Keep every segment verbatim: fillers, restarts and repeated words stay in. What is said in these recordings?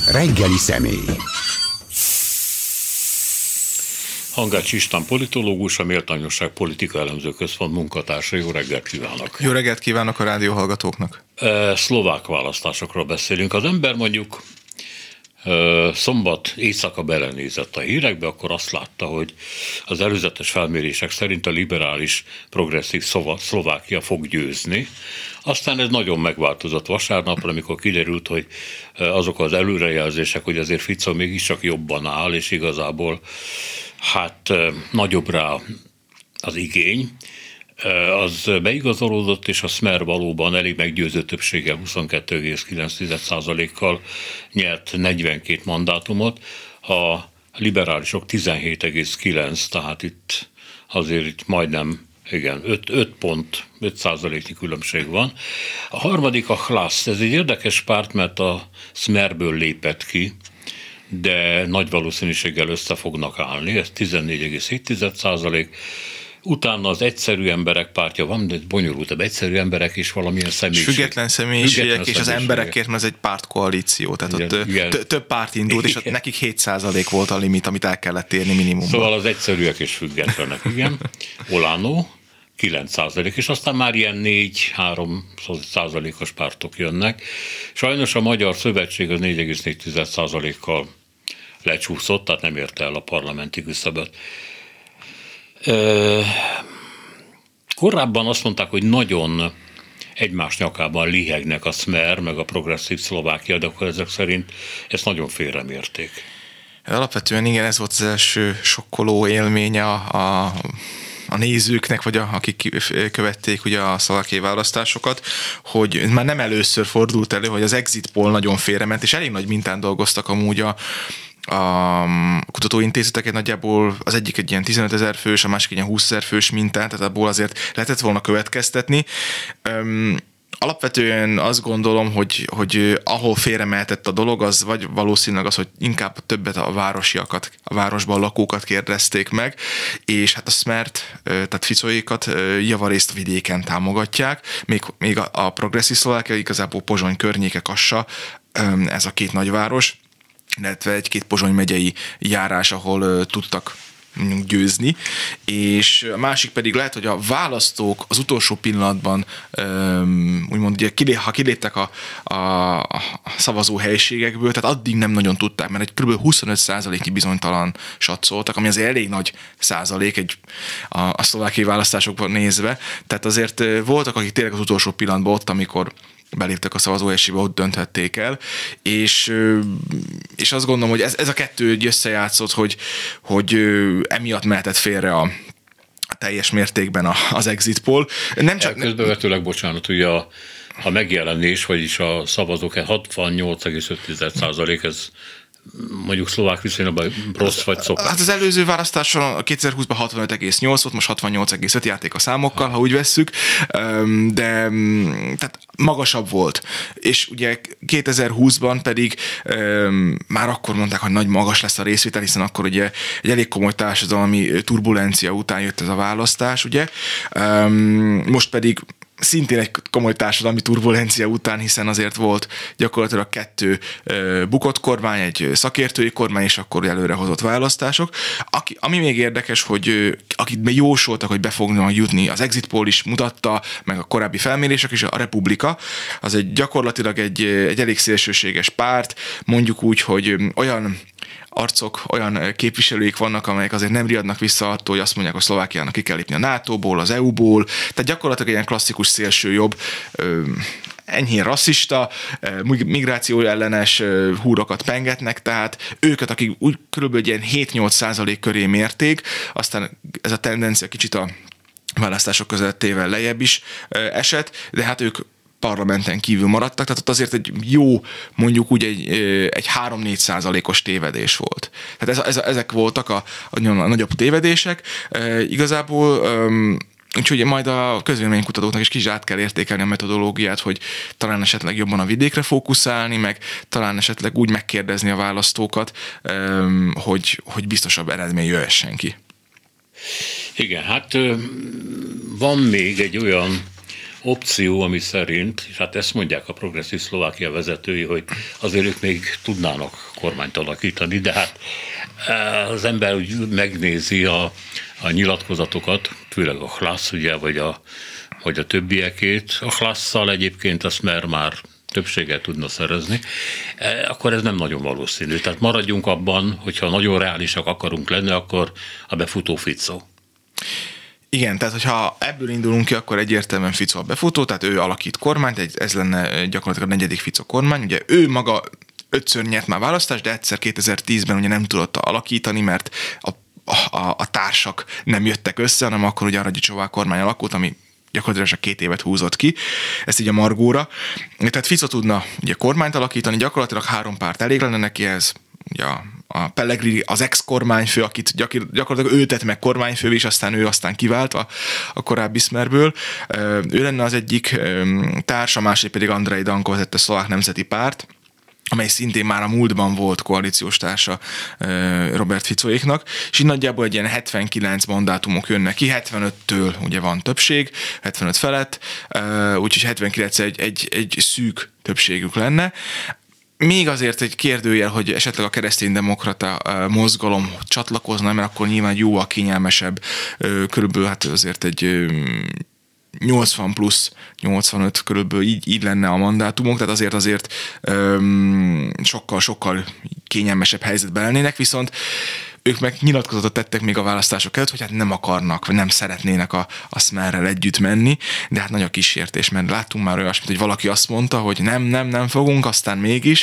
Reggeli személy. Hangács István politológus, a Méltányosság Politika Elemző Központ munkatársa. Jó reggelt kívánok! Jó reggelt kívánok a rádió hallgatóknak! Szlovák választásokról beszélünk. Az ember mondjuk szombat éjszaka belenézett a hírekbe, akkor azt látta, hogy az előzetes felmérések szerint a liberális, progresszív Szlovákia fog győzni. Aztán ez nagyon megváltozott vasárnapra, amikor kiderült, hogy azok az előrejelzések, hogy azért Fico mégiscsak jobban áll, és igazából hát nagyobb rá az igény, az beigazolódott, és a Smer valóban elég meggyőző többséggel, huszonkettő egész kilenc százalékkal nyert negyvenkét mandátumot, a liberálisok tizenhét egész kilenc, tehát itt azért itt majdnem, igen, öt pont, öt százaléknyi különbség van. A harmadik a Hlas, ez egy érdekes párt, mert a Smerből lépett ki, de nagy valószínűséggel össze fognak állni, ez tizennégy egész hét százalék. Utána az egyszerű emberek pártja van, de bonyolultabb, egyszerű emberek is valamilyen személyiség. Független személyiségek, és az emberekért, mert ez egy pártkoalíció, tehát igen, ott több párt indult, és ott nekik hét százalék volt a limit, amit el kellett érni minimumban. Szóval az egyszerűek és függetlenek, igen. Olano, kilenc százalék, és aztán már ilyen négy-három százalékos pártok jönnek. Sajnos a Magyar Szövetség az négy egész négy százalékkal lecsúszott, tehát nem érte el a parlamenti küszöböt. Korábban azt mondták, hogy nagyon egymás nyakában lihegnek a Smer, meg a progresszív Szlovákia, de akkor ezek szerint ezt nagyon félremérték. Alapvetően igen, ez volt az első sokkoló élménye a, a a nézőknek, vagy a, akik követték ugye a szlovákiai választásokat, hogy már nem először fordult elő, hogy az exit poll nagyon félrement, és elég nagy mintán dolgoztak amúgy a a kutatóintézeteket, nagyjából az egyik egy ilyen tizenöt ezer fős, a másik egy ilyen húsz ezer fős mintán, tehát abból azért lehetett volna következtetni. Öm, Alapvetően azt gondolom, hogy, hogy ahol félremehetett a dolog, az vagy valószínűleg az, hogy inkább többet a városiakat, a városban lakókat kérdezték meg, és hát a Smert, tehát Ficóékat javarészt vidéken támogatják, még, még a, a progresszív Szlovákia, igazából Pozsony környéke, Kassa, ez a két nagyváros, illetve egy-két Pozsony megyei járás, ahol tudtak győzni, és a másik pedig lehet, hogy a választók az utolsó pillanatban úgymond, ugye, ha kiléptek a, a, a szavazó helyiségekből, tehát addig nem nagyon tudták, mert egy kb. huszonöt százaléknyi bizonytalan satszoltak, ami azért elég nagy százalék egy, a, a szlovákiai választásokban nézve, tehát azért voltak, akik tényleg az utolsó pillanatban ott, amikor beléptek a szavazóhelyiségbe, ott dönthették el, és, és azt gondolom, hogy ez, ez a kettő összejátszott, hogy, hogy emiatt mehetett félre a, a teljes mértékben a, az exit poll. Nem csak... Közbevetőleg, bocsánat, ugye a, a megjelenés, vagyis a szavazók hatvannyolc egész öt százalék, ez mondjuk szlovák viszonylag rossz vagy szokás. Hát az előző választáson kétezer-húszban hatvanöt egész nyolc volt, most hatvannyolc egész öt játék a számokkal, ha úgy vesszük, de tehát magasabb volt. És ugye kétezer-húszban pedig már akkor mondták, hogy nagy magas lesz a részvétel, hiszen akkor ugye egy elég komoly társadalmi turbulencia után jött ez a választás, ugye. Most pedig szintén egy komoly társadalmi turbulencia után, hiszen azért volt gyakorlatilag kettő bukott kormány, egy szakértői kormány, és akkor előrehozott választások. Aki, ami még érdekes, hogy akit jósoltak, hogy be fognak jutni, az exit poll is mutatta, meg a korábbi felmérések is, a Republika, az egy gyakorlatilag egy, egy elég szélsőséges párt, mondjuk úgy, hogy olyan arcok, olyan képviselőik vannak, amelyek azért nem riadnak vissza attól, hogy azt mondják, hogy Szlovákiának ki kell lépni a nátóból, az é u-ból, tehát gyakorlatilag egy ilyen klasszikus szélső jobb, enyhén rasszista, migráció ellenes húrokat pengetnek, tehát őket, akik úgy körülbelül ilyen hét-nyolc százalék köré mérték, aztán ez a tendencia kicsit a választások közöttével lejjebb is esett, de hát ők parlamenten kívül maradtak, tehát ott azért egy jó, mondjuk úgy egy, egy három-négy százalékos tévedés volt. Tehát ez, ez, ezek voltak a, a, a nagyobb tévedések. E, igazából um, úgyhogy majd a közvéleménykutatóknak is kicsit át kell értékelni a metodológiát, hogy talán esetleg jobban a vidékre fókuszálni, meg talán esetleg úgy megkérdezni a választókat, um, hogy, hogy biztosabb eredmény jöhessen ki. Igen, hát van még egy olyan opció, ami szerint, és hát ezt mondják a progresszív Szlovákia vezetői, hogy azért ők még tudnának kormányt alakítani, de hát az ember úgy megnézi a, a nyilatkozatokat, főleg a Hlas, ugye, vagy a, vagy a többiekét. A Hlasszal egyébként a Smer már többséget tudna szerezni, akkor ez nem nagyon valószínű. Tehát maradjunk abban, hogyha nagyon reálisak akarunk lenni, akkor a befutó Fico. Igen, tehát hogyha ebből indulunk ki, akkor egyértelműen Fico a befutó, tehát ő alakít kormányt, ez lenne gyakorlatilag a negyedik Fico kormány. Ugye ő maga ötször nyert már választást, de egyszer kétezer-tízben ugye nem tudott alakítani, mert a, a, a társak nem jöttek össze, hanem akkor ugye a Radicsová kormány alakult, ami gyakorlatilag csak két évet húzott ki, ezt így a margóra. Tehát Fico tudna ugye kormányt alakítani, gyakorlatilag három párt elég lenne neki ez, ugye a, a Pellegrini, az ex-kormányfő, akit gyakorlatilag ő tett meg kormányfő, és aztán ő aztán kivált a, a korábbi Smerből. Ő lenne az egyik társa, másik pedig Andrej Danko vezette Szlovák Nemzeti Párt, amely szintén már a múltban volt koalíciós társa Robert Ficoéknak, és így nagyjából egy ilyen hetvenkilenc mandátumok jönnek ki, hetvenöttől ugye van többség, hetvenöt felett, úgyhogy hetvenkilenc egy, egy, egy szűk többségük lenne. Még azért egy kérdőjel, hogy esetleg a kereszténydemokrata mozgalom csatlakozna, mert akkor nyilván jóval kényelmesebb, körülbelül hát azért egy nyolcvan plusz nyolcvanöt körülbelül így, így lenne a mandátumok, tehát azért azért öm, sokkal, sokkal kényelmesebb helyzetben lennének, viszont ők meg nyilatkozatot tettek még a választások előtt, hogy hát nem akarnak, vagy nem szeretnének a, a Smerrel együtt menni, de hát nagy a kísértés, mert láttunk már olyasmit, hogy valaki azt mondta, hogy nem, nem, nem fogunk, aztán mégis.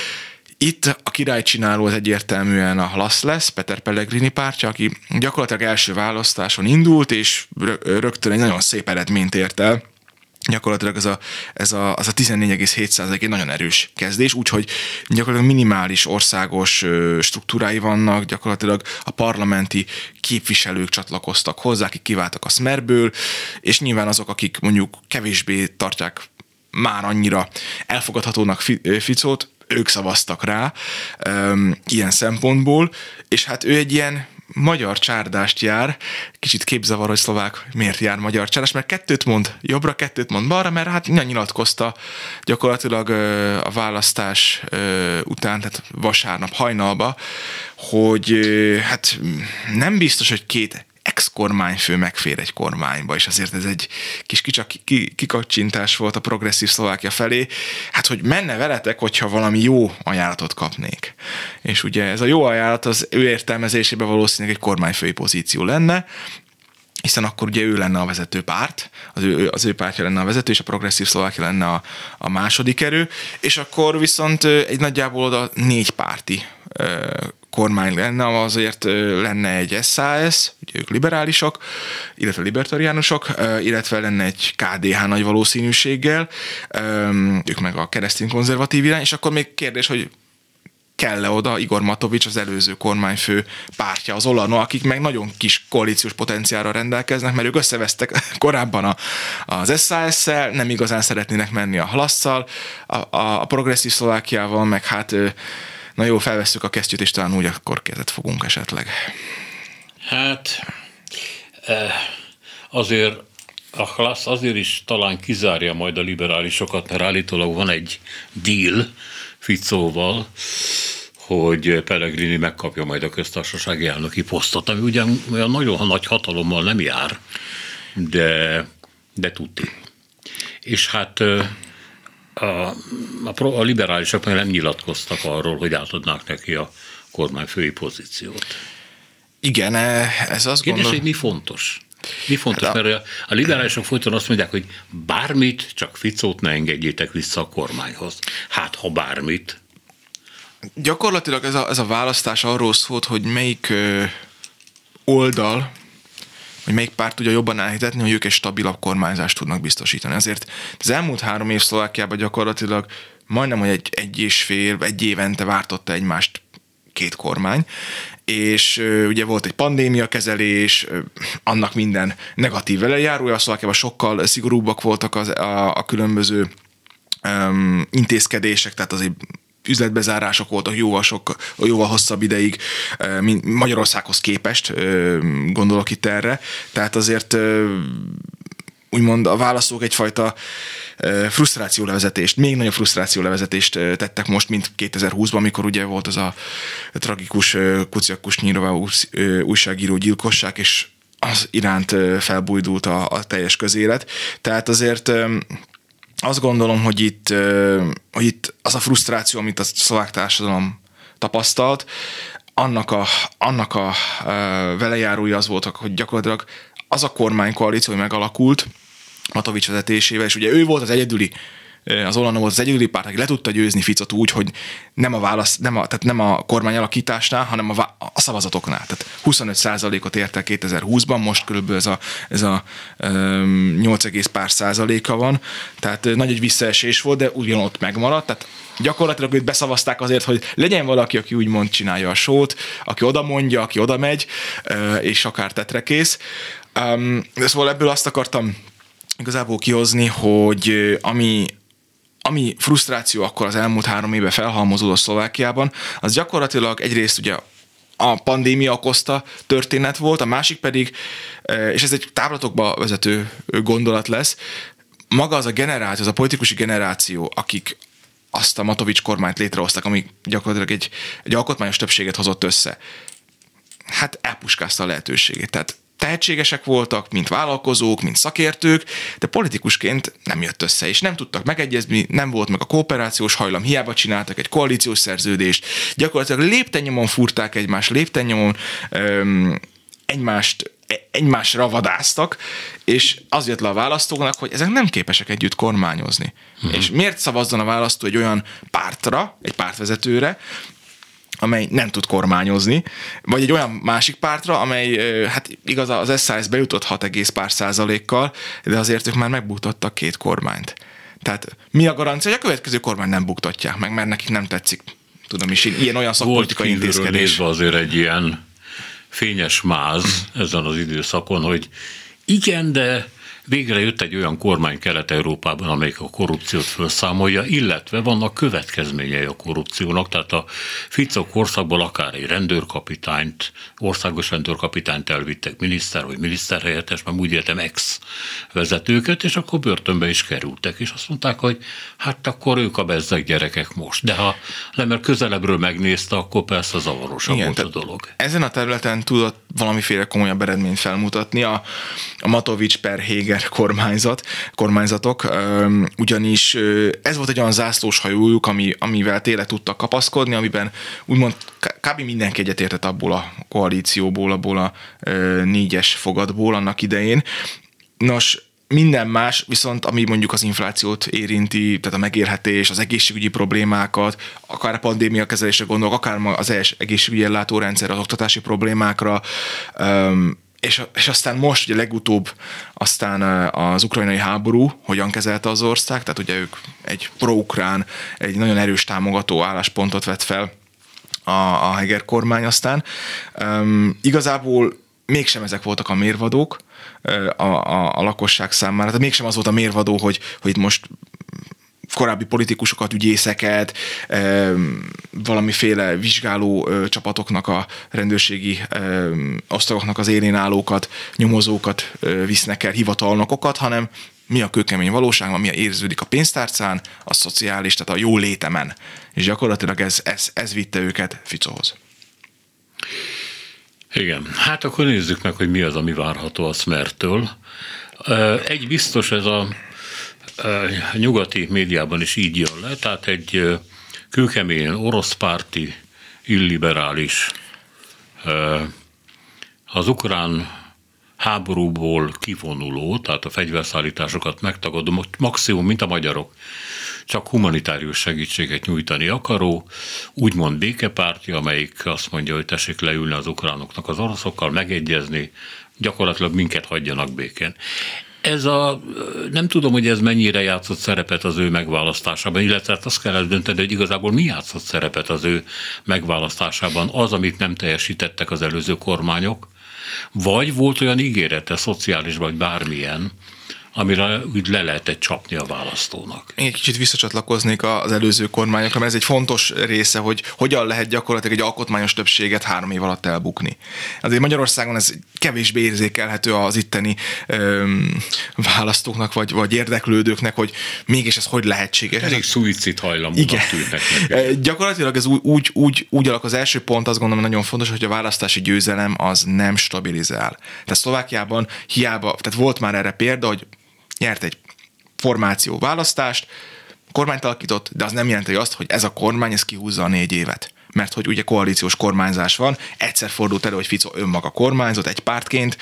Itt a királycsináló az egyértelműen a Hlas lesz, Peter Pellegrini pártja, aki gyakorlatilag első választáson indult, és rögtön egy nagyon szép eredményt ért el. Gyakorlatilag ez a, ez a, az a tizennégy egész hét százalék egy nagyon erős kezdés, úgyhogy gyakorlatilag minimális országos struktúrái vannak, gyakorlatilag a parlamenti képviselők csatlakoztak hozzá, akik kiváltak a Smerből, és nyilván azok, akik mondjuk kevésbé tartják már annyira elfogadhatónak Ficót, ők szavaztak rá um, ilyen szempontból, és hát ő egy ilyen magyar csárdást jár, kicsit képzavar, hogy szlovák miért jár magyar csárdás, mert kettőt mond jobbra, kettőt mond balra, mert hát nyilatkozta gyakorlatilag uh, a választás uh, után, tehát vasárnap hajnalba, hogy uh, hát nem biztos, hogy két ex-kormányfő megfér egy kormányba, és azért ez egy kis kicsak kikacsintás volt a progresszív Szlovákia felé, hát hogy menne veletek, hogyha valami jó ajánlatot kapnék. És ugye ez a jó ajánlat az ő értelmezésében valószínűleg egy kormányfői pozíció lenne, hiszen akkor ugye ő lenne a vezető párt, az ő, az ő pártja lenne a vezető, és a progresszív Szlovákia lenne a, a második erő, és akkor viszont egy nagyjából oda négy párti kormány lenne, azért lenne egy es zé es, ugye ők liberálisok, illetve libertariánusok, illetve lenne egy ká dé há nagy valószínűséggel, ők meg a keresztény konzervatív irány, és akkor még kérdés, hogy kell-e oda Igor Matovics, az előző kormányfő pártja, az Olano, akik meg nagyon kis koalíciós potenciálra rendelkeznek, mert ők összevesztek korábban a, az es zé es-szel, nem igazán szeretnének menni a Hlasszal, a, a, a progresszív Szlovákiával, meg hát na jó, felvesszük a kesztyűt, és talán úgy akkor kezet fogunk esetleg. Hát azért a Hlas azért is talán kizárja majd a liberálisokat, mert állítólag van egy deal Ficóval, hogy Pellegrini megkapja majd a köztársasági elnöki posztot, ami ugyan olyan nagyon nagy hatalommal nem jár, de, de tudti. És hát a, a, a liberálisok meg nem nyilatkoztak arról, hogy átadnák neki a kormányfői pozíciót. Igen, ez azt gondolom... hogy mi fontos? Mi fontos, hát a... mert a liberálisok folyton azt mondják, hogy bármit, csak Ficót ne engedjétek vissza a kormányhoz. Hát, ha bármit. Gyakorlatilag ez a, ez a választás arról szólt, hogy melyik ö, oldal, hogy melyik párt tudja jobban elhitetni, hogy ők egy stabilabb kormányzást tudnak biztosítani. Azért az elmúlt három év Szlovákiában gyakorlatilag majdnem, hogy egy, egy és fél, egy évente váltotta egymást két kormány, és ö, ugye volt egy pandémia kezelés, ö, annak minden negatív velejárója, a Szlovákiában sokkal szigorúbbak voltak az, a, a különböző ö, intézkedések, tehát azért üzletbezárások voltak jóval, sok, jóval hosszabb ideig, mint Magyarországhoz képest, gondolok itt erre. Tehát azért úgymond a választók egyfajta frusztrációlevezetést, még nagyobb frusztrációlevezetést tettek most, mint kétezer-húszban, amikor ugye volt az a tragikus Kuciak Kusnyirova újságíró gyilkosság, és az iránt felbújdult a, a teljes közélet. Tehát azért azt gondolom, hogy itt, hogy itt az a frusztráció, amit a szlovák társadalom tapasztalt, annak a, annak a velejárója az voltak, hogy gyakorlatilag az a kormánykoalíció, hogy megalakult Matovics vezetésével, és ugye ő volt az egyedüli, az Olano volt az egyedüli párt, aki le tudta győzni Ficot úgy, hogy nem a válasz, nem a, tehát nem a kormány alakításnál, hanem a, a szavazatoknál. Tehát huszonöt százalékot ért el kétezer-húszban, most körülbelül ez a, ez a um, nyolc egész pár százaléka van, tehát nagy egy visszaesés volt, de ugyanott megmaradt, tehát gyakorlatilag őt beszavazták azért, hogy legyen valaki, aki úgymond csinálja a sót, aki oda mondja, aki oda megy, és akár tetrekész. Um, de szóval ebből azt akartam igazából kihozni, hogy ami, ami frusztráció akkor az elmúlt három éve felhalmozódott Szlovákiában, az gyakorlatilag egyrészt ugye a pandémia okozta történet volt, a másik pedig, és ez egy távlatokba vezető gondolat lesz, maga az a generáció, az a politikusi generáció, akik azt a Matovics kormányt létrehoztak, ami gyakorlatilag egy, egy alkotmányos többséget hozott össze. Hát elpuskázta a lehetőségét. Tehát tehetségesek voltak, mint vállalkozók, mint szakértők, de politikusként nem jött össze, és nem tudtak megegyezni, nem volt meg a kooperációs hajlam, hiába csináltak egy koalíciós szerződést, gyakorlatilag léptennyomon fúrták egymást, léptennyomon öm, egymást egymásra vadáztak, és az jött le a választóknak, hogy ezek nem képesek együtt kormányozni. Uh-huh. És miért szavazzon a választó egy olyan pártra, egy pártvezetőre, amely nem tud kormányozni, vagy egy olyan másik pártra, amely, hát igaz, az es zé es bejutott hat egész pár százalékkal, de azért ők már megbuktattak két kormányt. Tehát mi a garancia, hogy a következő kormány nem buktatják meg, mert nekik nem tetszik, tudom is, ilyen-olyan szakpolitikai intézkedés. Nézve azért egy ilyen fényes máz ezen az időszakon, hogy igen, de végre jött egy olyan kormány Kelet-Európában, amelyik a korrupciót felszámolja, illetve vannak következményei a korrupciónak, tehát a Fico korszakból akár egy rendőrkapitányt, országos rendőrkapitányt elvittek miniszter vagy miniszterhelyettes, mert úgy értem ex-vezetőket, és akkor börtönbe is kerültek, és azt mondták, hogy hát akkor ők a bezzeg gyerekek most. De ha nem, mert közelebbről megnézte, akkor persze zavarosabb volt a dolog. Ezen a területen tudott valamiféle komolyabb eredményt felmutatni a, a Matovics per Héger kormányzat, kormányzatok, ugyanis ez volt egy olyan zászlós hajójuk, ami, amivel tényleg tudtak kapaszkodni, amiben úgymond kb. Mindenki egyetértett abból a koalícióból, abból a négyes fogadból annak idején. Nos, minden más, viszont ami mondjuk az inflációt érinti, tehát a megélhetés, az egészségügyi problémákat, akár a pandémia kezelésre gondolok, akár az egészségügyi ellátórendszer, az oktatási problémákra, És, és aztán most ugye legutóbb aztán az ukrajnai háború hogyan kezelte az ország, tehát ugye ők egy pro-ukrán, egy nagyon erős támogató álláspontot vett fel a, a Heger kormány aztán. Um, igazából mégsem ezek voltak a mérvadók a, a, a lakosság számára, tehát mégsem az volt a mérvadó, hogy, hogy most korábbi politikusokat, ügyészeket, valamiféle vizsgáló csapatoknak, a rendőrségi osztagoknak az élén állókat, nyomozókat visznek el, hivatalnokokat, hanem mi a kőkemény valóság, mi a érződik a pénztárcán, a szociális, tehát a jó létemen. És gyakorlatilag ez, ez, ez vitte őket Ficohoz. Igen, hát akkor nézzük meg, hogy mi az, ami várható a Smertől. Egy biztos, ez a A nyugati médiában is így jön le, tehát egy kőkemény orosz párti, illiberális, az ukrán háborúból kivonuló, tehát a fegyverszállításokat megtagadó, maximum, mint a magyarok, csak humanitárius segítséget nyújtani akaró, úgymond békepárti, amelyik azt mondja, hogy tessék leülni az ukránoknak az oroszokkal, megegyezni, gyakorlatilag minket hagyjanak békén. Ez a, nem tudom, hogy ez mennyire játszott szerepet az ő megválasztásában, illetve azt kell eldönteni, hogy igazából mi játszott szerepet az ő megválasztásában, az, amit nem teljesítettek az előző kormányok, vagy volt olyan ígérete, szociális vagy bármilyen, amire úgy le lehetett csapni a választónak. Én egy kicsit visszacsatlakoznék az előző kormányokra, mert ez egy fontos része, hogy hogyan lehet gyakorlatilag egy alkotmányos többséget három év alatt elbukni. Azért Magyarországon ez kevésbé érzékelhető az itteni öm, választóknak, vagy, vagy érdeklődőknek, hogy mégis ez hogy lehetséges. Elég szuicid hajlamúnak tűnnek neki. Gyakorlatilag ez úgy, úgy, úgy, úgy alak az első pont, azt gondolom, nagyon fontos, hogy a választási győzelem az nem stabilizál. Tehát Szlovákiában hiába, tehát volt már erre példa, hogy nyert egy formáció választást, kormányt alakított, de az nem jelenti azt, hogy ez a kormány, ez kihúzza a négy évet. Mert hogy ugye koalíciós kormányzás van, egyszer fordult elő, hogy Fico önmaga kormányzott egy pártként,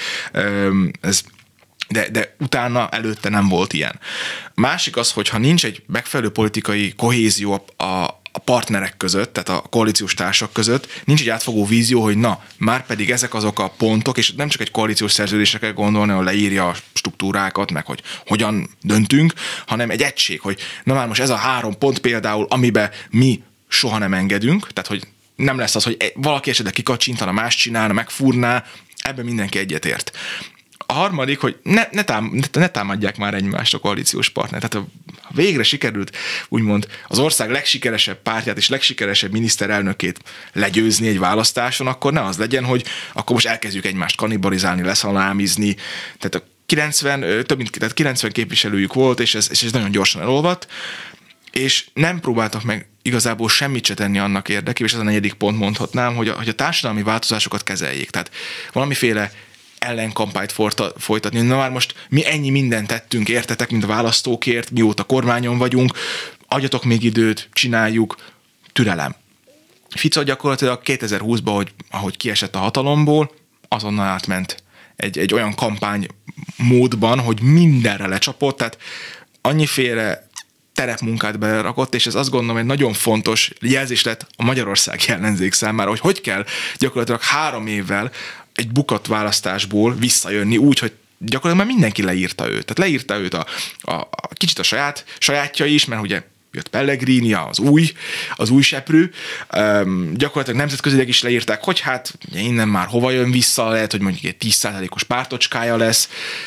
ez, de, de utána előtte nem volt ilyen. Másik az, hogy ha nincs egy megfelelő politikai kohézió a a partnerek között, tehát a koalíciós társak között, nincs egy átfogó vízió, hogy na, már pedig ezek azok a pontok, és nem csak egy koalíciós szerződésre kell gondolni, ahol leírja a struktúrákat, meg hogy hogyan döntünk, hanem egy egység, hogy na már most ez a három pont például, amiben mi soha nem engedünk, tehát hogy nem lesz az, hogy valaki esetleg kikacsintana, más csinálna, megfúrná, ebben mindenki egyetért. A harmadik, hogy ne, ne, tám, ne támadják már egymást a koalíciós partner. Tehát ha végre sikerült úgymond az ország legsikeresebb pártját és legsikeresebb miniszterelnökét legyőzni egy választáson, akkor ne az legyen, hogy akkor most elkezdjük egymást kannibalizálni, leszalámizni. Tehát a kilencven, több mint tehát kilencven képviselőjük volt, és ez, és ez nagyon gyorsan elolvadt, és nem próbáltak meg igazából semmit se tenni annak érdekében, és ez a negyedik pont mondhatnám, hogy a, hogy a társadalmi változásokat kezeljék. Tehát valamiféle ellenkampányt folytatni. Na már most mi ennyi mindent tettünk, értetek, mint a választókért, mióta kormányon vagyunk, adjatok még időt, csináljuk, türelem. Fico gyakorlatilag kétezer-húszban, ahogy, ahogy kiesett a hatalomból, azonnal átment egy, egy olyan kampány módban, hogy mindenre lecsapott, tehát annyiféle terepmunkát belerakott, és ez azt gondolom, egy nagyon fontos jelzés lett a magyarországi ellenzék számára, hogy hogy kell gyakorlatilag három évvel egy bukott választásból visszajönni úgy, hogy gyakorlatilag már mindenki leírta őt. Tehát leírta őt a, a, a kicsit a saját, sajátja is, mert ugye jött Pellegrini, az új, az új seprő. Um, gyakorlatilag nemzetközileg is leírták, hogy hát innen már hova jön vissza, lehet, hogy mondjuk egy tíz százalékos pártocskája lesz,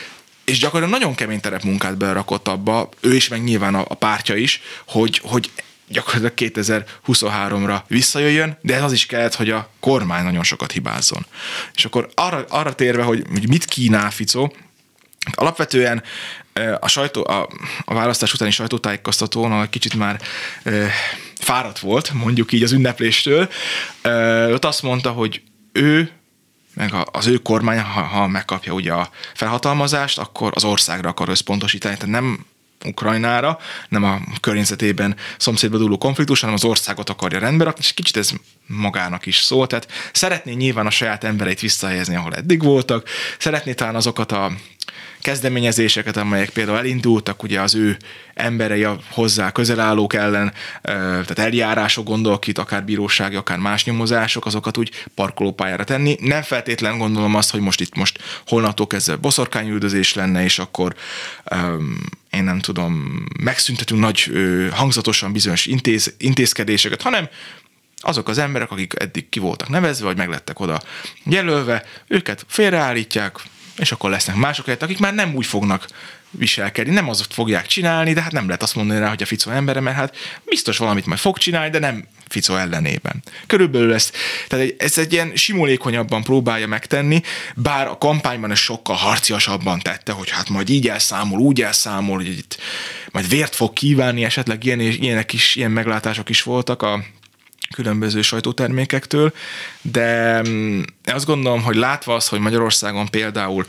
és gyakorlatilag nagyon kemény terepmunkát belerakott abba, ő is, meg nyilván a, a pártja is, hogy, hogy gyakorlatilag kétezer-huszonháromra visszajöjjön, de ez az is kellett, hogy a kormány nagyon sokat hibázzon. És akkor arra, arra térve, hogy, hogy mit kínál Fico, alapvetően a, sajtó, a, a választás utáni sajtótájékoztatón, ahol kicsit már e, fáradt volt, mondjuk így az ünnepléstől, e, ott azt mondta, hogy ő meg az ő kormány, ha, ha megkapja ugye a felhatalmazást, akkor az országra akar összpontosítani, tehát nem Ukrajnára, nem a környezetében szomszédba dúló konfliktus, hanem az országot akarja rendbe rakni, és kicsit ez magának is szól, tehát szeretné nyilván a saját embereit visszahelyezni, ahol eddig voltak, szeretné talán azokat a kezdeményezéseket, amelyek például elindultak, ugye az ő emberei a hozzá közelállók ellen, tehát eljárások, gondolok itt, akár bírósági, akár más nyomozások, azokat úgy parkolópályára tenni. Nem feltétlen gondolom azt, hogy most itt most holnaptól kezdve boszorkányüldözés lenne, és akkor um, én nem tudom, megszüntetünk nagy hangzatosan bizonyos intéz, intézkedéseket, hanem azok az emberek, akik eddig ki voltak nevezve, vagy meglettek oda jelölve, őket félreállítják, és akkor lesznek mások, akik már nem úgy fognak viselkedni, nem azt fogják csinálni, de hát nem lehet azt mondani rá, hogy a Fico embere, mert hát biztos valamit majd fog csinálni, de nem Fico ellenében. Körülbelül ezt, tehát ez egy ilyen simulékonyabban próbálja megtenni, bár a kampányban ez sokkal harciasabban tette, hogy hát majd így elszámol, úgy elszámol, hogy itt majd vért fog kívánni, esetleg ilyen, ilyenek is, ilyen meglátások is voltak a különböző sajtótermékektől, de azt gondolom, hogy látva az, hogy Magyarországon például,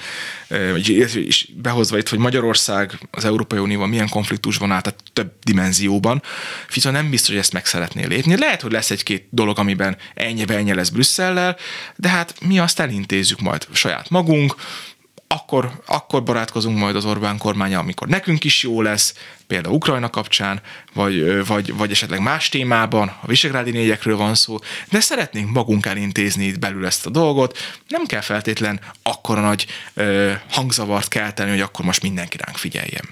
és behozva itt, hogy Magyarország az Európai Unióban milyen konfliktusban áll, tehát több dimenzióban, Fico nem biztos, hogy ezt meg szeretné lépni. Lehet, hogy lesz egy-két dolog, amiben ennyi-ennyi lesz Brüsszellel, de hát mi azt elintézzük majd saját magunk, Akkor, akkor barátkozunk majd az Orbán kormánya, amikor nekünk is jó lesz, például Ukrajna kapcsán, vagy, vagy, vagy esetleg más témában, a visegrádi négyekről van szó, de szeretnénk magunk elintézni itt belül ezt a dolgot, nem kell feltétlen akkora nagy ö, hangzavart kelteni, hogy akkor most mindenki ránk figyeljen.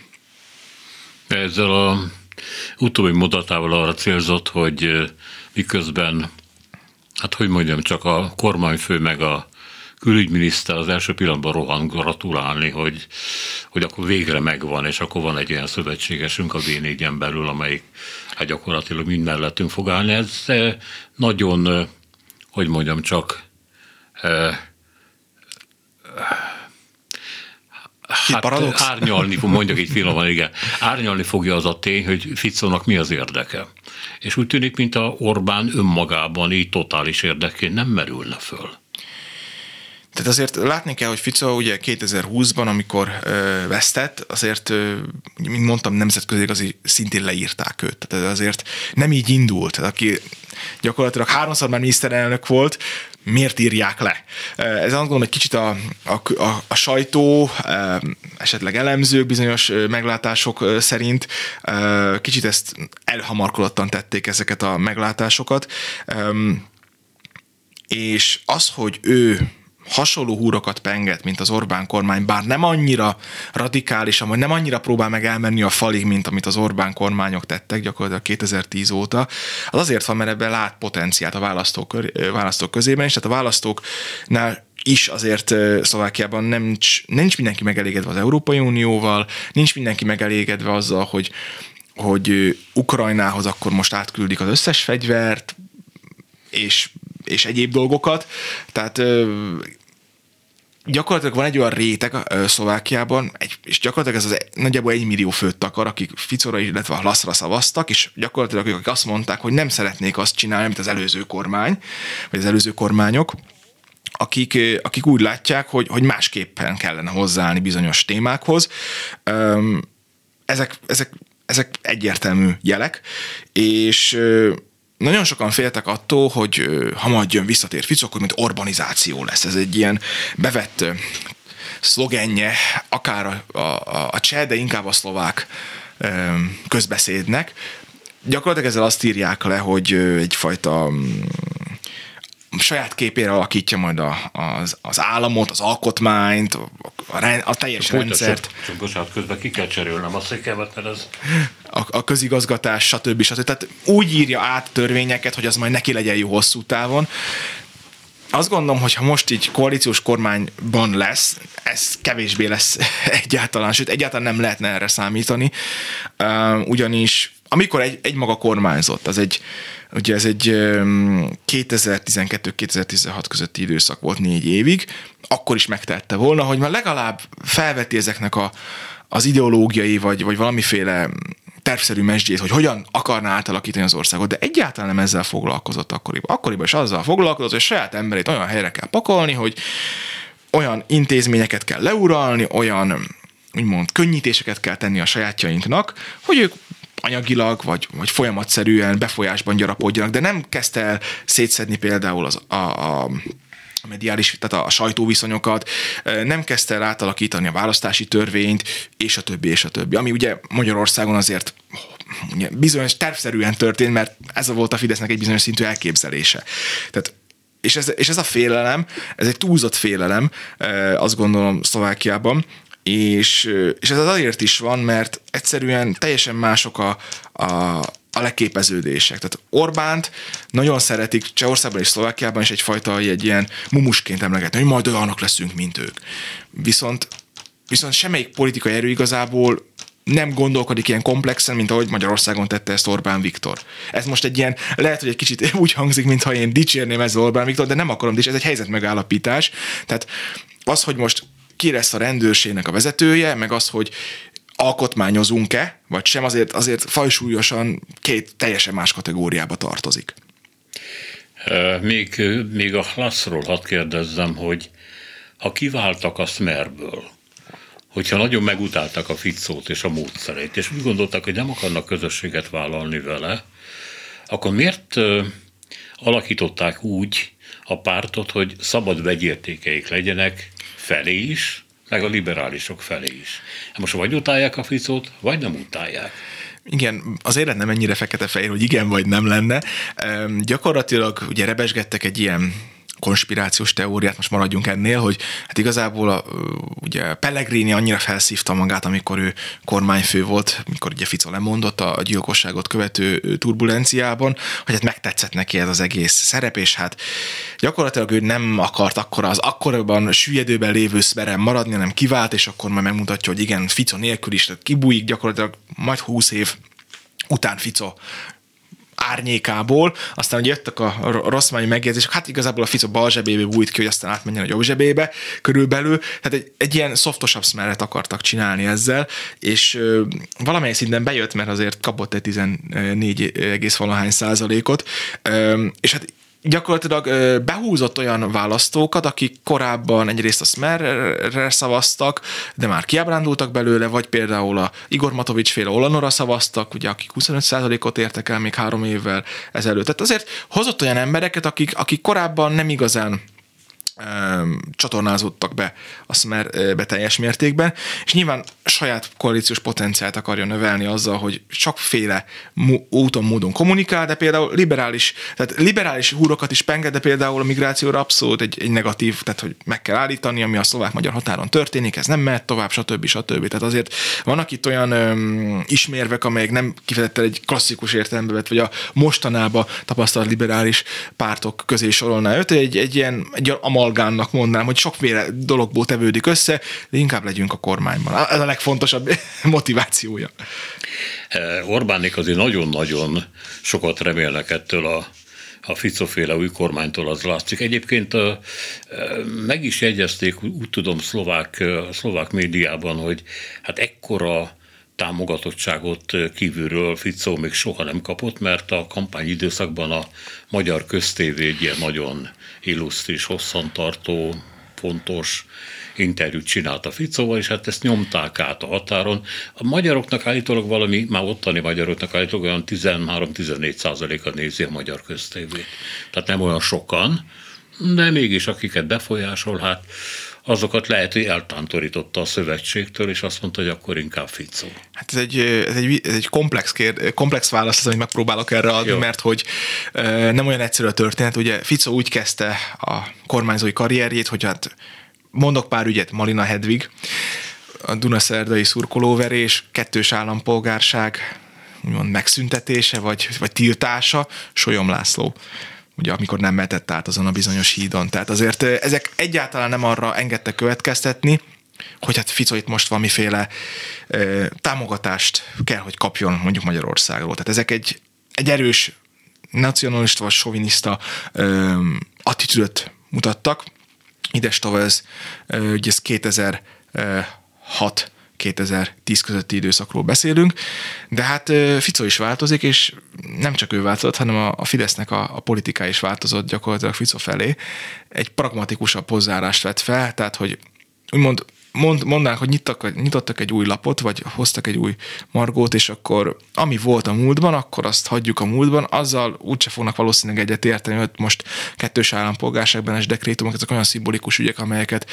Ezzel a utóbbi mondatával arra célzott, hogy miközben, hát hogy mondjam, csak a kormányfő meg a külügyminiszter az első pillanatban rohan gratulálni, hogy, hogy akkor végre megvan, és akkor van egy olyan szövetségesünk a vé négyen belül, amelyik hát gyakorlatilag mind mellettünk fog állni. Ez nagyon, hogy mondjam csak, hát árnyalni, mondjak így finoman, igen, árnyalni fogja az a tény, hogy Ficónak mi az érdeke. És úgy tűnik, mint a Orbán önmagában így totális érdeként nem merülne föl. Tehát azért látni kell, hogy Fico ugye kétezer-húszban, amikor ö, vesztett, azért, ö, mint mondtam, nemzetközi azért szintén leírták őt. Tehát azért nem így indult. Aki gyakorlatilag háromszor már miniszterelnök volt, miért írják le? Ez azt gondolom, egy kicsit a, a, a, a sajtó, esetleg elemzők bizonyos meglátások szerint kicsit ezt elhamarkodottan tették ezeket a meglátásokat. És az, hogy ő hasonló húrokat penget, mint az Orbán kormány, bár nem annyira radikálisan, vagy nem annyira próbál meg elmenni a falig, mint amit az Orbán kormányok tettek gyakorlatilag kétezer-tíz óta, az azért van, mert ebben lát potenciált a választók, választók közében, és tehát a választóknál is azért Szlovákiában nem, nincs mindenki megelégedve az Európai Unióval, nincs mindenki megelégedve azzal, hogy, hogy Ukrajnához akkor most átküldik az összes fegyvert, és és egyéb dolgokat. Tehát gyakorlatilag van egy olyan réteg Szlovákiában, egy, és gyakorlatilag ez az nagyjából egy millió főt takar, akik Ficóra, illetve a Hlaszra szavaztak, és gyakorlatilag akik azt mondták, hogy nem szeretnék azt csinálni, mint az előző kormány, vagy az előző kormányok, akik, akik úgy látják, hogy, hogy másképpen kellene hozzáállni bizonyos témákhoz. Ezek, ezek, ezek egyértelmű jelek, és nagyon sokan féltek attól, hogy ha majd jön visszatér Fico, akkor mint urbanizáció lesz. Ez egy ilyen bevett szlogenje, akár a, a, a cseh, de inkább a szlovák közbeszédnek. Gyakorlatilag ezzel azt írják le, hogy egyfajta saját képére alakítja majd a, az, az államot, az alkotmányt, a, a teljes Csak rendszert. Csak bocsánat, közben ki kell cserélnem a székemet, mert ez... A, a közigazgatás, stb. stb. Tehát úgy írja át törvényeket, hogy az majd neki legyen jó hosszú távon. Azt gondolom, hogy ha most így koalíciós kormányban lesz, ez kevésbé lesz egyáltalán, sőt egyáltalán nem lehetne erre számítani, uh, ugyanis amikor egy, egy maga kormányzott, az egy, ugye ez egy kétezer-tizenkettő-kétezer-tizenhat közötti időszak volt négy évig, akkor is megtette volna, hogy már legalább felveti ezeknek a, az ideológiai, vagy, vagy valamiféle tervszerű mesdjét, hogy hogyan akarná átalakítani az országot, de egyáltalán nem ezzel foglalkozott akkoriban. Akkoriban is azzal foglalkozott, hogy saját emberét olyan helyre kell pakolni, hogy olyan intézményeket kell leuralni, olyan úgymond könnyítéseket kell tenni a sajátjainknak, hogy ők anyagilag, vagy, vagy folyamatszerűen befolyásban gyarapodjanak, de nem kezdte el szétszedni például az, a, a mediális, tehát a sajtóviszonyokat, nem kezdte el átalakítani a választási törvényt, és a többi, és a többi. Ami ugye Magyarországon azért ugye bizonyos tervszerűen történt, mert ez volt a Fidesznek egy bizonyos szintű elképzelése. Tehát és ez, és ez a félelem, ez egy túlzott félelem, azt gondolom Szlovákiában, és, és ez azért is van, mert egyszerűen teljesen mások a, a, a leképeződések. Tehát Orbánt nagyon szeretik Csehországban és Szlovákiában is egyfajta egy ilyen mumusként emlegetni, hogy majd olyanok leszünk, mint ők. Viszont, viszont semmelyik politikai erő igazából nem gondolkodik ilyen komplexen, mint ahogy Magyarországon tette ezt Orbán Viktor. Ez most egy ilyen, lehet, hogy egy kicsit úgy hangzik, mintha én dicsérném ezzel Orbán Viktor, de nem akarom, és ez egy helyzet megállapítás. Tehát az, hogy most ki lesz a rendőrségnek a vezetője, meg az, hogy alkotmányozunk-e, vagy sem, azért, azért fajsúlyosan két teljesen más kategóriába tartozik. Még, még a Hlaszról hadd kérdezzem, hogy ha kiváltak a Smerből, hogyha nagyon megutálták a Ficót és a módszereit, és úgy gondolták, hogy nem akarnak közösséget vállalni vele, akkor miért alakították úgy a pártot, hogy szabad vegyértékeik legyenek felé is, meg a liberálisok felé is. Most vagy utálják a Ficót, vagy nem utálják. Igen, az élet nem ennyire fekete-fehér, hogy igen vagy nem lenne. Ehm, gyakorlatilag ugye rebesgettek egy ilyen konspirációs teóriát, most maradjunk ennél, hogy hát igazából a, ugye Pellegrini annyira felszívta magát, amikor ő kormányfő volt, amikor ugye Fico lemondott a gyilkosságot követő turbulenciában, hogy hát megtetszett neki ez az egész szerep, és hát gyakorlatilag ő nem akart akkora az akkorban süllyedőben lévő szferen maradni, hanem kivált, és akkor majd megmutatja, hogy igen, Fico nélkül is, tehát kibújik gyakorlatilag majd húsz év után Fico árnyékából, aztán ugye jöttek a rosszmányi megjegyzések, hát igazából a Fico bal zsebébe bújt ki, hogy aztán átmenjen a jobb zsebébe körülbelül, tehát egy, egy ilyen softosabb szmeret akartak csinálni ezzel, és ö, valamely szinten bejött, mert azért kapott egy tizennégy egész valahány százalékot, ö, és hát gyakorlatilag behúzott olyan választókat, akik korábban egyrészt a Smerre szavaztak, de már kiábrándultak belőle, vagy például a Igor Matovics féle Olanora szavaztak, ugye, akik huszonöt százalékot értek el még három évvel ezelőtt. Tehát azért hozott olyan embereket, akik, akik korábban nem igazán csatornázódtak be a Smerbe teljes mértékben, és nyilván saját koalíciós potenciált akarja növelni azzal, hogy sokféle úton, módon kommunikál, de például liberális, tehát liberális húrokat is penged, de például a migrációra abszolút egy, egy negatív, tehát hogy meg kell állítani, ami a szlovák-magyar határon történik, ez nem mehet tovább, stb. stb. Tehát azért vannak itt olyan öm, ismérvek, amelyek nem kifejezetten egy klasszikus értelembe vett, vagy a mostanában tapasztalt liberális pártok közé sorolná őt, egy, egy ilyen egy amalgánnak mondanám, hogy sokféle dologból tevődik össze, de inkább legyünk a kormányban. Ez a legfontosabb motivációja. Orbánék azért nagyon-nagyon sokat remélnek ettől a, a Fico-féle új kormánytól, az látszik. Egyébként a, meg is jegyezték, úgy tudom, szlovák, szlovák médiában, hogy hát ekkora támogatottságot kívülről Fico még soha nem kapott, mert a kampányidőszakban a Magyar Köztévé egy ilyen nagyon illusztris, hosszantartó, fontos interjút csinált a Ficóval, és hát ezt nyomták át a határon. A magyaroknak állítólag valami, már ottani magyaroknak állítólag olyan tizenhárom-tizennégy százaléka nézi a Magyar Köztévét. Tehát nem olyan sokan, de mégis akiket befolyásol, hát azokat lehet, hogy eltántorította a szövetségtől, és azt mondta, hogy akkor inkább Fico. Hát ez egy, ez egy, ez egy komplex, kér, komplex válasz, az, amit megpróbálok erre adni, Jó. mert hogy nem olyan egyszerű a történet. Ugye Fico úgy kezdte a kormányzói karrierjét, hogy hát mondok pár ügyet, Malina Hedvig, a dunaszerdai szurkolóverés, kettős állampolgárság, úgymond megszüntetése, vagy, vagy tiltása, Solyom László, ugye amikor nem mehetett át azon a bizonyos hídon. Tehát azért ezek egyáltalán nem arra engedtek következtetni, hogy hát Fico itt most valamiféle e, támogatást kell, hogy kapjon mondjuk Magyarországról. Tehát ezek egy, egy erős nacionalista vagy soviniszta e, attitűdöt mutattak. Ides ez, e, ugye ez kétezer-hat kétezer-tíz közötti időszakról beszélünk, de hát Fico is változik, és nem csak ő változott, hanem a, a Fidesznek a, a politikája is változott gyakorlatilag Fico felé. Egy pragmatikusabb hozzáállást vett fel, tehát hogy úgymond mond, mondanánk, hogy nyitottak, nyitottak egy új lapot, vagy hoztak egy új margót, és akkor ami volt a múltban, akkor azt hagyjuk a múltban, azzal úgyse fognak valószínűleg egyet érteni, hogy most kettős állampolgárságban és dekrétumok, ezek olyan szimbolikus ügyek, amelyeket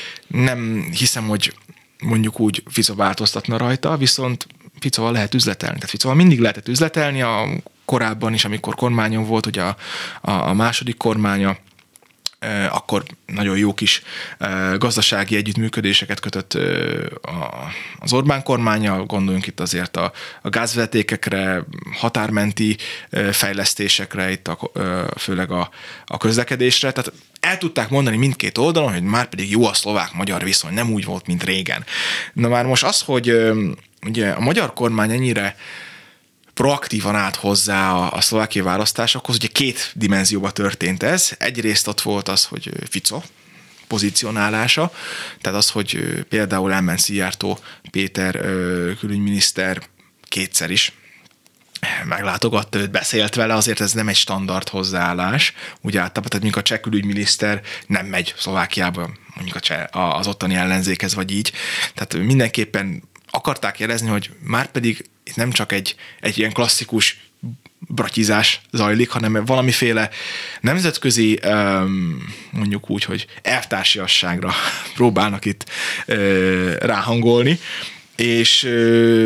nem hiszem, hogy mondjuk úgy Fico változtatna rajta, viszont Ficoval lehet üzletelni. Tehát Ficoval mindig lehetett üzletelni, a korábban is, amikor kormányon volt, ugye a, a, a második kormánya, eh, akkor nagyon jó kis eh, gazdasági együttműködéseket kötött eh, az Orbán kormánya, gondoljunk itt azért a, a gázvezetékekre, határmenti eh, fejlesztésekre, itt a, eh, főleg a, a közlekedésre, tehát el tudták mondani mindkét oldalon, hogy már pedig jó a szlovák-magyar viszony, nem úgy volt, mint régen. Na már most az, hogy ugye a magyar kormány ennyire proaktívan állt hozzá a, a szlovákiai választásokhoz, ugye két dimenzióban történt ez. Egyrészt ott volt az, hogy Fico pozícionálása, tehát az, hogy például elment Szijjártó Péter külügyminiszter kétszer is meglátogatta őt, beszélt vele, azért ez nem egy standard hozzáállás. Ugye általában, tehát mondjuk a cseh külügyminiszter nem megy Szlovákiába, mondjuk a cseh, az ottani ellenzékhez, vagy így. Tehát mindenképpen akarták jelezni, hogy már pedig itt nem csak egy, egy ilyen klasszikus bratyizás zajlik, hanem valamiféle nemzetközi, mondjuk úgy, hogy elvtársiasságra próbálnak itt ráhangolni, és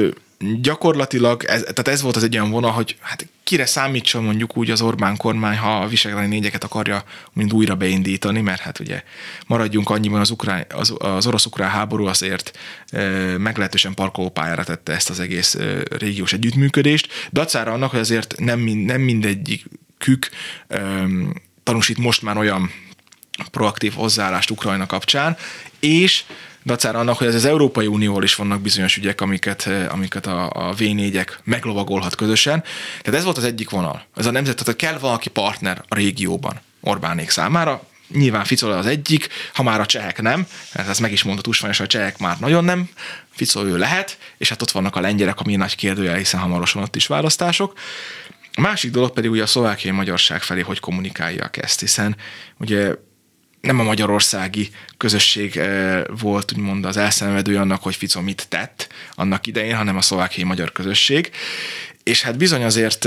gyakorlatilag, ez, tehát ez volt az egy olyan vonal, hogy hát kire számítson mondjuk úgy az Orbán kormány, ha a visegrádi négyeket akarja mind újra beindítani, mert hát ugye maradjunk annyiban, az, ukrán, az, az orosz-ukrán háború azért e, meglehetősen parkolópályára tette ezt az egész e, régiós együttműködést, dacára annak, hogy azért nem, nem mindegyikük e, tanúsít most már olyan proaktív hozzáállást Ukrajna kapcsán, és dacára annak, hogy ez az Európai Unióval is vannak bizonyos ügyek, amiket, amiket a, a vé négyek meglovagolhat közösen. Tehát ez volt az egyik vonal. Ez a nemzet, tehát kell valaki partner a régióban Orbánék számára. Nyilván Fico az egyik, ha már a csehek nem, mert ezt meg is mondta Tusványos, hogy a csehek már nagyon nem, Fico ő lehet, és hát ott vannak a lengyelek, ami nagy kérdőjel, hiszen hamarosan ott is választások. A másik dolog pedig ugye a szlovákiai magyarság felé, hogy kommunikálják ezt, hiszen ugye nem a magyarországi közösség volt úgymond az elszenvedője annak, hogy Fico mit tett annak idején, hanem a szlovákiai magyar közösség. És hát bizony azért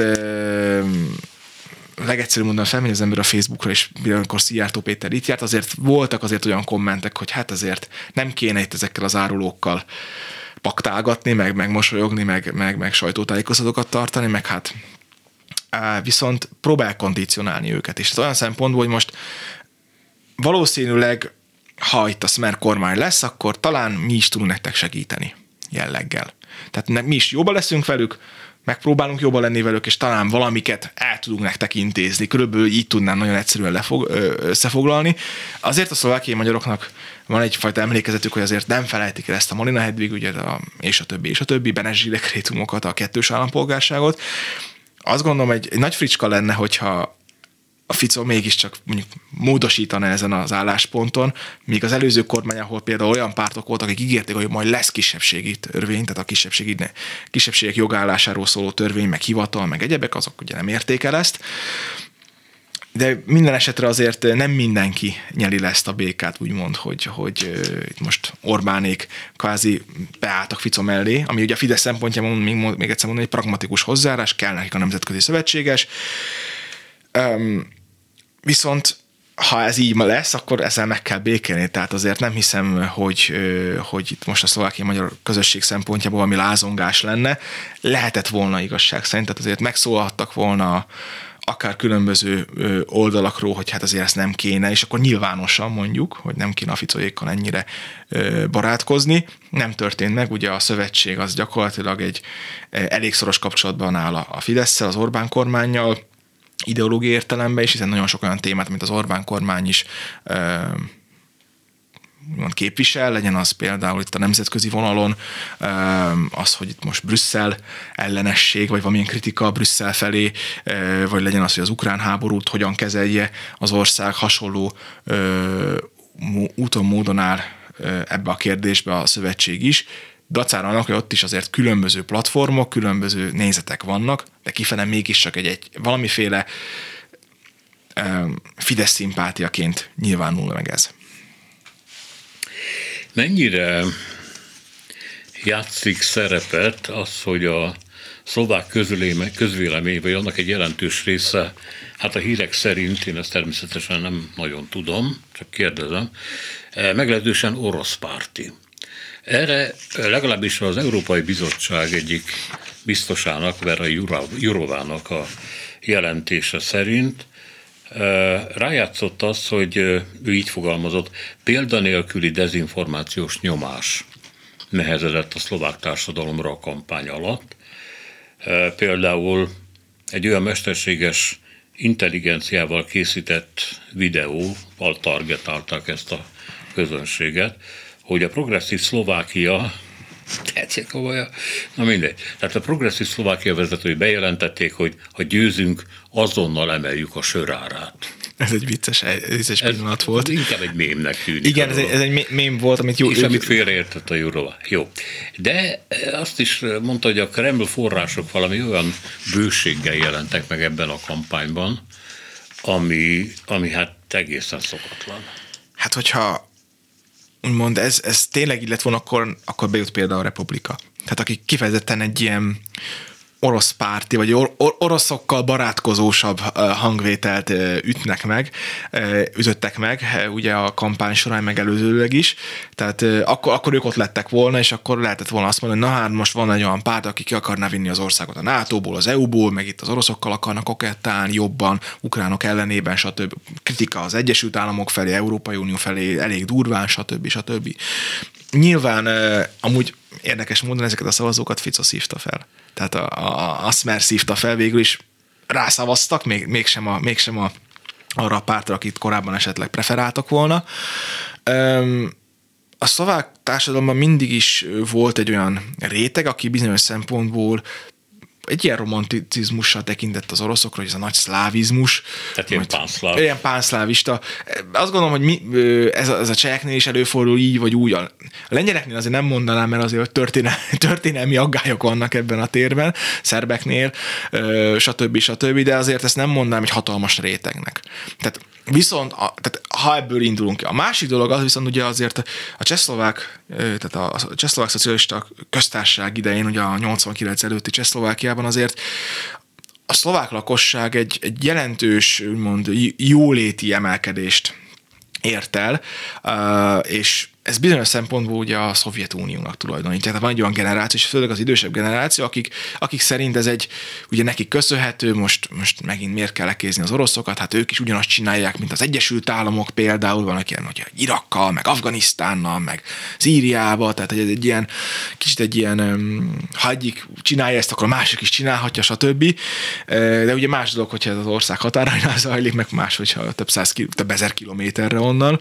legegyszerűbb mondani, felmegy az ember a Facebookra, és amikor Szijjártó Péter itt járt, azért voltak azért olyan kommentek, hogy hát azért nem kéne itt ezekkel az árulókkal paktálgatni, meg, meg mosolyogni, meg, meg, meg sajtótájékoztatókat tartani, meg hát viszont próbál kondicionálni őket. És olyan szempontból, hogy most valószínűleg, ha itt a Smer kormány lesz, akkor talán mi is tudunk nektek segíteni jelleggel. Tehát mi is jobban leszünk velük, megpróbálunk jobban lenni velük, és talán valamiket el tudunk nektek intézni. Körülbelül így tudnám nagyon egyszerűen lefog, összefoglalni. Azért a szlovákiai magyaroknak van egyfajta emlékezetük, hogy azért nem felejtik el ezt a Malina Hedvig ügyet, a, és a többi, és a többi Benezsi dekrétumokat, a kettős állampolgárságot. Azt gondolom, egy, egy nagy fricska lenne, hogyha a Fico mégiscsak mondjuk módosítana ezen az állásponton, míg az előző kormány, ahol például olyan pártok voltak, akik ígérték, hogy majd lesz kisebbségi törvény, tehát a kisebbségi, kisebbségek jogállásáról szóló törvény, meg hivatal, meg egyebek, azok ugye nem érték el ezt. De minden esetre azért nem mindenki nyeli le ezt a békát, úgymond, hogy, hogy itt most Orbánék kvázi beálltak Fico mellé, ami ugye a Fidesz szempontjából még, még egyszer mondani, egy pragmatikus hozzáállás, kell nekik a nemzetközi szövetséges. Um, viszont ha ez így lesz, akkor ezzel meg kell békélni, tehát azért nem hiszem, hogy, hogy itt most a szlovákiai magyar közösség szempontjából valami lázongás lenne. Lehetett volna igazság szerint, tehát azért megszólalhattak volna akár különböző oldalakról, hogy hát azért ezt nem kéne, és akkor nyilvánosan mondjuk, hogy nem kéne a Ficóékkal ennyire barátkozni. Nem történt meg, ugye a szövetség az gyakorlatilag egy elég szoros kapcsolatban áll a Fidesszel, az Orbán kormánnyal, ideológiai értelemben is, hiszen nagyon sok olyan témát, mint az Orbán kormány is ö, képvisel, legyen az például itt a nemzetközi vonalon, ö, az, hogy itt most Brüsszel ellenesség, vagy valamilyen kritika Brüsszel felé, ö, vagy legyen az, hogy az ukrán háborút hogyan kezelje az ország, hasonló ö, úton, módon áll ö, ebbe a kérdésbe a szövetség is. Dacára annak, hogy ott is azért különböző platformok, különböző nézetek vannak, de kifele mégiscsak egy, egy valamiféle um, Fidesz szimpátiaként nyilvánul meg ez. Mennyire játszik szerepet az, hogy a szlovák közvélemény, vagy annak egy jelentős része, hát a hírek szerint, én ezt természetesen nem nagyon tudom, csak kérdezem, meglehetősen orosz párti. Erre legalábbis az Európai Bizottság egyik biztosának, Vera Jurovának a jelentése szerint rájátszott az, hogy ő így fogalmazott, példanélküli dezinformációs nyomás nehezedett a szlovák társadalomra a kampány alatt. Például egy olyan mesterséges intelligenciával készített videóval targetálták ezt a közönséget, hogy a progresszív Szlovákia, tetszik komolyan, na mindegy. Tehát a progresszív Szlovákia vezetői bejelentették, hogy ha győzünk, azonnal emeljük a sörárát. Ez egy vicces, vicces pillanat ez volt. Inkább egy mémnek tűnik. Igen, ez egy, ez egy mém volt, amit jó... És amit félreértett a Jurova. Jó. De azt is mondta, hogy a Kreml források valami olyan bőséggel jelentek meg ebben a kampányban, ami, ami hát egészen szokatlan. Hát, hogyha úgymond ez, ez tényleg így lett volna, akkor, akkor bejut például a Republika. Tehát akik kifejezetten egy ilyen orosz párti, vagy or- or- oroszokkal barátkozósabb hangvételt ütnek meg, ütöttek meg, ugye a kampány során megelőzőleg is, tehát akkor, akkor ők ott lettek volna, és akkor lehetett volna azt mondani, hogy na hát most van egy olyan párt, aki ki akarná vinni az országot a nátóból, az é u-ból, meg itt az oroszokkal akarnak kokettálni jobban, ukránok ellenében, stb. Kritika az Egyesült Államok felé, Európai Unió felé elég durván, stb. stb. Nyilván amúgy érdekes módon ezeket a szavazókat Fico szívta fel. Tehát a, a, a Smer szívta fel, végül is rászavaztak, még, mégsem, a, mégsem a, arra a pártra, akit korábban esetleg preferáltak volna. A szlovák társadalomban mindig is volt egy olyan réteg, aki bizonyos szempontból egy ilyen romanticizmussal tekintett az oroszokra, hogy ez a nagy szlávizmus. Tehát ilyen pánszláv. Ilyen pánszlávista. Azt gondolom, hogy mi, ez, a, ez a cseheknél is előfordul így vagy úgy. A lengyeleknél azért nem mondanám, mert azért történel, történelmi aggályok vannak ebben a térben, szerbeknél, stb. stb. De azért ezt nem mondanám egy hatalmas rétegnek. Tehát viszont, a, tehát ha ebből indulunk ki. A másik dolog az viszont ugye azért a csehszlovák, tehát a, a csehszlovák szocialista köztársaság idején, ugye a nyolcvankilenc előtti Csehszlovákiában azért a szlovák lakosság egy, egy jelentős, úgymond jóléti emelkedést ért el, és ez bizonyos szempontból ugye a Szovjetuniónak tulajdonítja. Tehát van egy olyan generáció, és főleg az idősebb generáció, akik, akik szerint ez egy, ugye nekik köszönhető, most, most megint miért kell lekézni az oroszokat, hát ők is ugyanazt csinálják, mint az Egyesült Államok például, vannak ilyen, hogy Irakkal, meg Afganisztánnal, meg Szíriával, tehát egy, egy ilyen, kicsit egy ilyen, ha egyik csinálja ezt, akkor a másik is csinálhatja, stb. De ugye más dolog, hogyha ez az ország határainál zajlik, meg más, hogyha több száz, több ezer kilométerre onnan.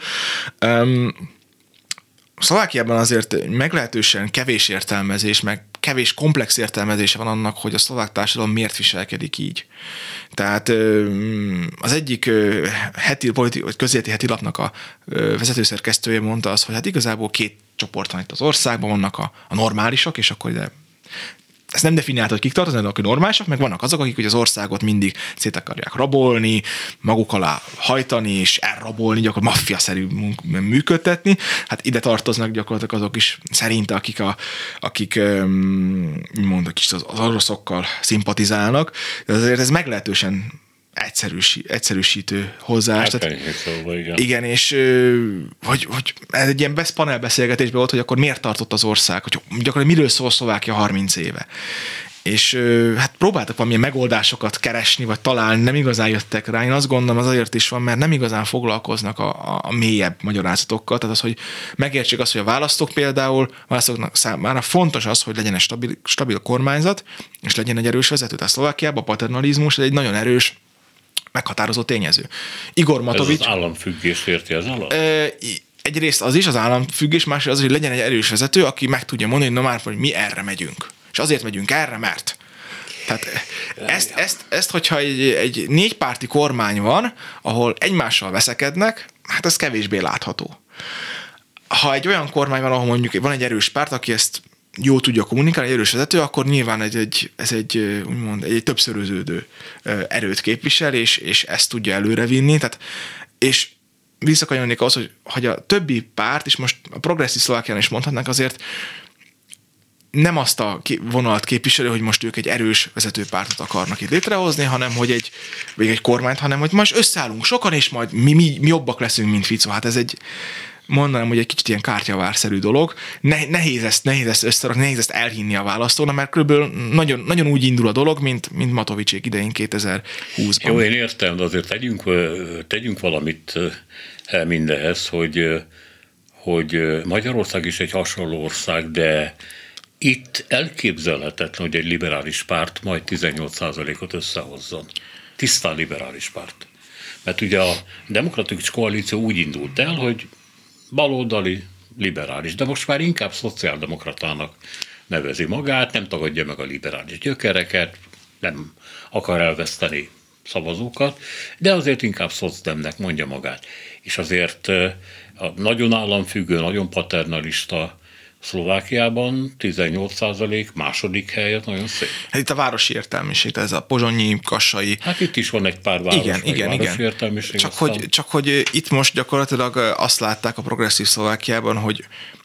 Szlovákiában azért meglehetősen kevés értelmezés, meg kevés komplex értelmezése van annak, hogy a szlovák társadalom miért viselkedik így. Tehát az egyik heti politi- vagy közéleti heti lapnak a vezetőszerkesztője mondta azt, hogy hát igazából két csoport van itt az országban, vannak a, a normálisok, és akkor ide ezt nem definiálta, hogy kik tartoznak, akik normálisak, meg vannak azok, akik ugye az országot mindig szét akarják rabolni, maguk alá hajtani, és elrabolni, gyakorlatilag maffia-szerű működtetni. Hát ide tartoznak gyakorlatilag azok is szerinte, akik, a, akik mondok is az, az oroszokkal szimpatizálnak. De azért ez meglehetősen egyszerűs, egyszerűsítő hozzáállás. Hát, szóval, igen. igen, és hogy, hogy ez egy ilyen panel beszélgetésben volt, hogy akkor miért tartott az ország, hogy gyakorlatilag miről szól Szlovákia harminc éve. És hát próbáltak valamilyen megoldásokat keresni, vagy találni, nem igazán jöttek rá. Én azt gondolom, az azért is van, mert nem igazán foglalkoznak a, a, a mélyebb magyarázatokkal. Tehát az, hogy megértsék azt, hogy a választók például, választóknak számára fontos az, hogy legyen egy stabil, stabil kormányzat, és legyen egy erős vezető. Tehát Szlovákiában a paternalizmus egy nagyon erős meghatározó tényező. Igor Matovics... Ez az államfüggést érti az alatt? Egyrészt az is az államfüggés, másrészt az, hogy legyen egy erős vezető, aki meg tudja mondani, hogy na már, hogy mi erre megyünk. És azért megyünk erre, mert... Tehát ezt, ezt, ezt hogyha egy, egy négypárti kormány van, ahol egymással veszekednek, hát ez kevésbé látható. Ha egy olyan kormány van, ahol mondjuk van egy erős párt, aki ezt jól tudja kommunikálni, egy erős vezető, akkor nyilván egy, egy, ez egy, úgymond, egy többszöröződő erőt képvisel, és, és ezt tudja előrevinni. Tehát, és visszakanyarodnék az, hogy, hogy a többi párt, és most a progresszív Szlovákián is mondhatnánk, azért nem azt a vonalat képviseli, hogy most ők egy erős vezetőpártot akarnak itt létrehozni, hanem hogy egy, vagy egy kormányt, hanem hogy most összeállunk sokan, és majd mi, mi, mi jobbak leszünk, mint Fico. Hát ez egy, mondanám, hogy egy kicsit ilyen kártyavárszerű dolog. Ne, nehéz ezt, nehéz ezt összerakni, nehéz ezt elhinni a választónak, mert körülbelül nagyon, nagyon úgy indul a dolog, mint, mint Matovicsék idején kétezer-húszban. Jó, én értem, de azért tegyünk, tegyünk valamit mindenhez, hogy, hogy Magyarország is egy hasonló ország, de itt elképzelhetetlen, hogy egy liberális párt majd tizennyolc százalékot összehozzon. Tisztán liberális párt. Mert ugye a demokratikus koalíció úgy indult el, hogy baloldali, liberális, de most már inkább szociáldemokratának nevezi magát, nem tagadja meg a liberális gyökereket, nem akar elveszteni szavazókat, de azért inkább szocdemnek mondja magát. És azért a nagyon államfüggő, nagyon paternalista Szlovákiában tizennyolc százalék, második helyet, nagyon szép. Hát itt a városi értelmiség, ez a pozsonyi, kassai. Hát itt is van egy pár város, igen, igen, városi igen. értelmiség. Csak aztán... hogy, csak hogy itt most gyakorlatilag azt látták a progresszív Szlovákiában, hogy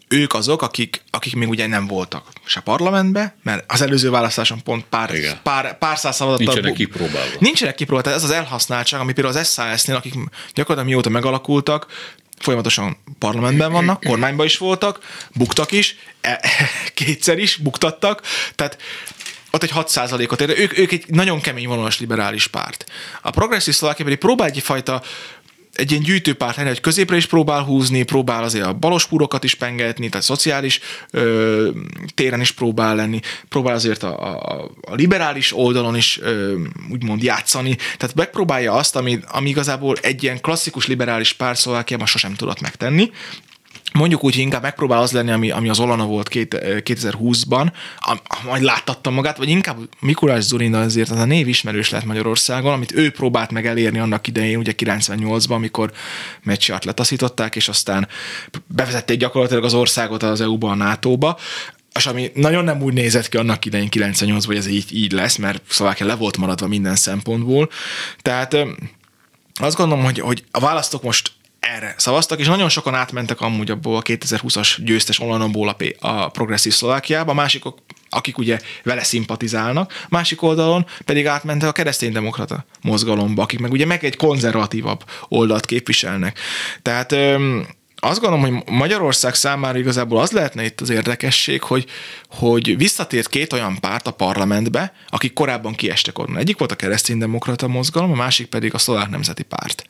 ők azok, akik, akik még ugye nem voltak se parlamentbe, mert az előző választáson pont pár, pár, pár száz szavazattal... Nincsenek kipróbálva. Nincsenek kipróbálva, ez az elhasználtság, ami például az es zé es-nél, akik gyakorlatilag mióta megalakultak, folyamatosan parlamentben vannak, kormányban is voltak, buktak is, kétszer is buktattak, tehát ott egy hat százalékot ér, ők, ők egy nagyon kemény vonalas liberális párt. A progresszív Szlovákia pedig próbál egyfajta egy ilyen gyűjtőpárt lenni, hogy középre is próbál húzni, próbál azért a balospúrokat is pengetni, tehát szociális ö, téren is próbál lenni, próbál azért a, a, a liberális oldalon is ö, úgymond játszani, tehát megpróbálja azt, ami, ami igazából egy ilyen klasszikus liberális párt Szlovákiában sosem tudott megtenni. Mondjuk úgy, hogy inkább megpróbál az lenni, ami, ami az Olana volt kétezer-húszban, am, majd láttatta magát, vagy inkább Mikulás Zurinda azért az a név ismerős lett Magyarországon, amit ő próbált meg elérni annak idején, ugye kilencvennyolcban, amikor Meccsiart letaszították, és aztán bevezették gyakorlatilag az országot az é u-ba, a nátóba, és ami nagyon nem úgy nézett ki annak idején kilencvennyolcban, hogy ez így, így lesz, mert Szlovákia le volt maradva minden szempontból. Tehát azt gondolom, hogy, hogy a választók most erre szavaztak, és nagyon sokan átmentek amúgy abból a kétezer-húszas győztes Olanaból a, a progresszív Szlovákiába, a másikok, akik ugye vele szimpatizálnak, másik oldalon pedig átmentek a kereszténydemokrata mozgalomba, akik meg ugye meg egy konzervatívabb oldalt képviselnek. Tehát öm, azt gondolom, hogy Magyarország számára igazából az lehetne itt az érdekesség, hogy, hogy visszatért két olyan párt a parlamentbe, akik korábban kiestek onnan. Egyik volt a kereszténydemokrata mozgalom, a másik pedig a Szlovák Nemzeti Párt.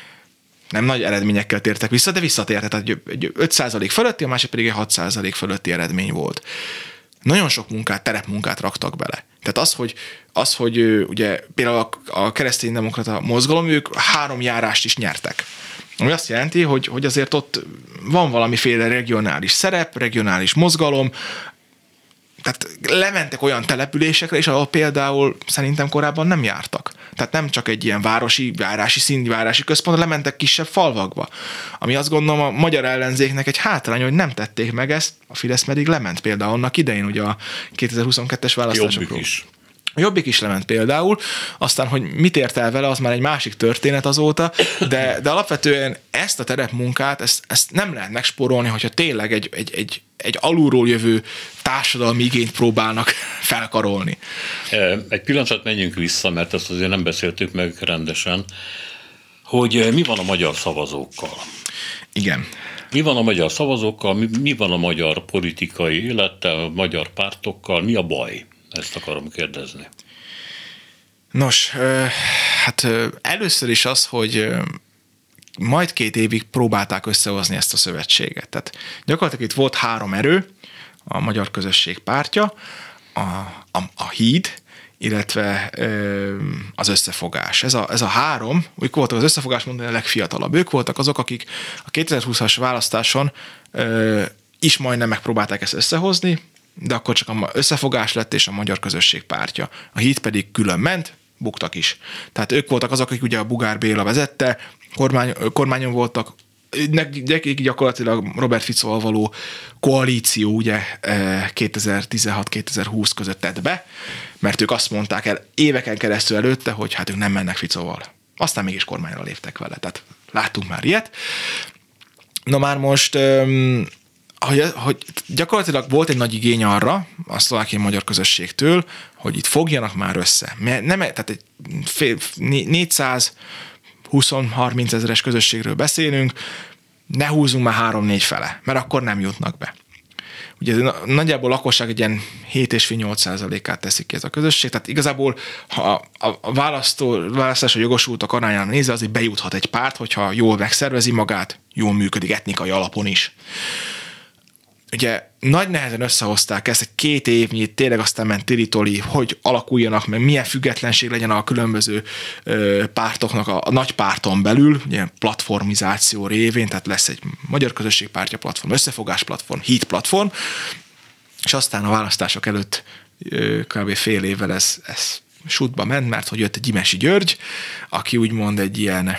Nem nagy eredményekkel tértek vissza, de visszatértek, tehát egy öt százalék fölötti, a másik pedig egy hat százalék fölötti eredmény volt. Nagyon sok munkát, terepmunkát raktak bele. Tehát az, hogy, az, hogy ugye például a kereszténydemokrata mozgalom, ők három járást is nyertek. Ami azt jelenti, hogy, hogy azért ott van valamiféle regionális szerep, regionális mozgalom, tehát lementek olyan településekre, és ahol például szerintem korábban nem jártak. Tehát nem csak egy ilyen városi, várási szín, várási központ, lementek kisebb falvakba. Ami azt gondolom a magyar ellenzéknek egy hátrány, hogy nem tették meg ezt, a Fidesz pedig lement például annak idején, ugye a kétezer-huszonkettes választásokról. Jobbik is. A Jobbik is lement például, aztán, hogy mit ért el vele, az már egy másik történet azóta, de, de alapvetően ezt a terepmunkát, ezt, ezt nem lehet megspórolni, hogyha tényleg egy, egy, egy, egy alulról jövő társadalmi igényt próbálnak felkarolni. Egy pillanat menjünk vissza, mert ezt azért nem beszéltük meg rendesen, hogy mi van a magyar szavazókkal. Igen. Mi van a magyar szavazókkal, mi, mi van a magyar politikai élettel, a magyar pártokkal, mi a baj? Ezt akarom kérdezni. Nos, hát először is az, hogy majd két évig próbálták összehozni ezt a szövetséget. Tehát gyakorlatilag itt volt három erő, a Magyar Közösség Pártja, a, a, a Híd, illetve az Összefogás. Ez a, ez a három, ők voltak az Összefogás, mondani a legfiatalabb. Ők voltak azok, akik a kétezer-húszas választáson is majdnem megpróbálták ezt összehozni, de akkor csak a Összefogás lett, és a Magyar Közösség Pártja. A Híd pedig külön ment, buktak is. Tehát ők voltak azok, akik ugye a Bugár Béla vezette, kormány, kormányon voltak, nekik gyakorlatilag Robert Ficóval való koalíció ugye kétezer-tizenhat kétezer-húsz között tett be, mert ők azt mondták el éveken keresztül előtte, hogy hát ők nem mennek Ficóval. Aztán mégis kormányra léptek vele, tehát láttunk már ilyet. Na már most... Hogy, hogy gyakorlatilag volt egy nagy igény arra a szlovákiai magyar közösségtől, hogy itt fogjanak már össze. Nem, tehát egy fél, négyszázhúsz-harminc ezeres közösségről beszélünk, ne húzzunk már három-négy fele, mert akkor nem jutnak be. Ugye nagyjából a lakosság egy ilyen hét egész öt-nyolc százalékát teszik ki ez a közösség, tehát igazából ha a választó, választásra jogosultak arányán nézve, azért bejuthat egy párt, hogyha jól megszervezi magát, jól működik etnikai alapon is. Ugye nagy nehezen összehozták ezt, egy két évnyi, tényleg aztán ment tiri-toli, hogy alakuljanak meg, milyen függetlenség legyen a különböző ö, pártoknak a, a nagy párton belül, ilyen platformizáció révén, tehát lesz egy Magyar Közösség Pártja platform, Összefogás platform, Híd platform, és aztán a választások előtt ö, kb. Fél évvel ez, ez sútba ment, mert hogy jött egy Gyimesi György, aki úgymond egy ilyen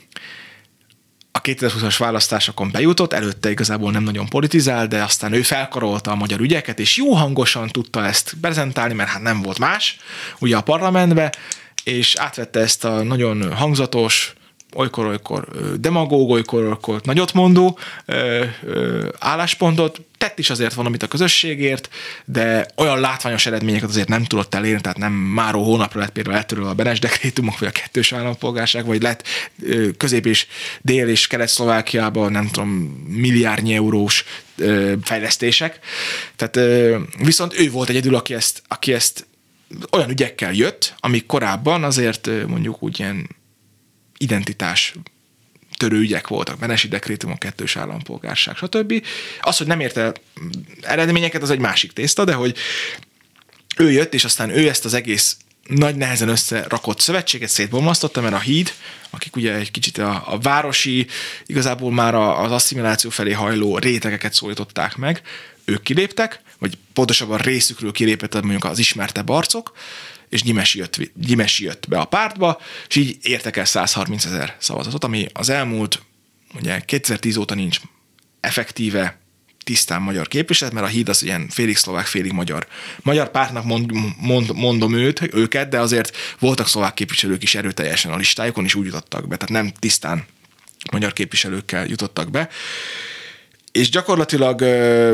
a kétezer-húszas választásokon bejutott, előtte igazából nem nagyon politizál, de aztán ő felkarolta a magyar ügyeket, és jó hangosan tudta ezt prezentálni, mert hát nem volt más, ugye a parlamentbe, és átvette ezt a nagyon hangzatos, olykor-olykor demagóg, olykor-olykor nagyotmondó álláspontot, tett is azért valamit a közösségért, de olyan látványos eredményeket azért nem tudott elérni, tehát nem máró hónapra lett például eltörölve a Beneš dekrétumok, vagy a kettős állampolgárság, vagy lett közép- és dél- és kelet-szlovákiában, nem tudom, milliárdnyi eurós fejlesztések. Tehát viszont ő volt egyedül, aki ezt, aki ezt olyan ügyekkel jött, amik korábban azért mondjuk úgy ilyen identitás törő ügyek voltak, Benesi dekrétumok, kettős állampolgárság, stb. Az, hogy nem érte eredményeket, az egy másik tészta, de hogy ő jött, és aztán ő ezt az egész nagy nehezen összerakott szövetséget szétbomlasztotta, mert a híd, akik ugye egy kicsit a, a városi, igazából már az asszimiláció felé hajló rétegeket szólították meg, ők kiléptek, vagy pontosabban részükről kilépett mondjuk az ismertebb arcok, és Gyimesi jött, Gyimesi jött be a pártba, és így értek el száz harminc ezer szavazatot, ami az elmúlt, ugye kétezer-tíz óta nincs effektíve tisztán magyar képviselet, mert a híd az ilyen félig szlovák, félig magyar. Magyar pártnak mond, mond, mondom őt, őket, de azért voltak szlovák képviselők is erőteljesen a listájukon, és úgy jutottak be, tehát nem tisztán magyar képviselőkkel jutottak be. És gyakorlatilag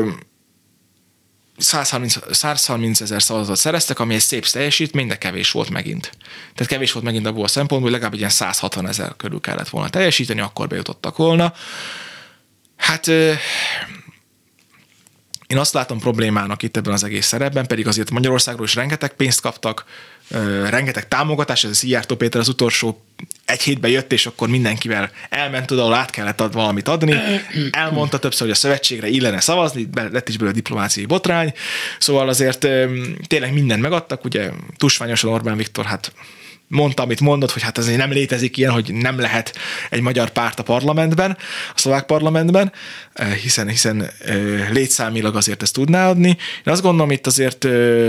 száz harminc ezer szavazatot szereztek, ami egy szép teljesítmény, de kevés volt megint. Tehát kevés volt megint abból a szempontból, hogy legalább egy ilyen száz hatvan ezer körül kellett volna teljesíteni, akkor bejutottak volna. Hát én azt látom problémának itt ebben az egész szerepben, pedig azért Magyarországról is rengeteg pénzt kaptak, rengeteg támogatás, ez a Szijjártó Péter az utolsó egy hétben jött, és akkor mindenkivel elment oda, ahol át kellett ad valamit adni. Elmondta többször, hogy a szövetségre illene szavazni, lett is belőle diplomáciai botrány. Szóval azért tényleg mindent megadtak, ugye tusványosan Orbán Viktor hát mondta, amit mondott, hogy hát azért nem létezik ilyen, hogy nem lehet egy magyar párt a parlamentben, a szlovák parlamentben, hiszen, hiszen létszámilag azért ezt tudná adni. Én azt gondolom, itt azért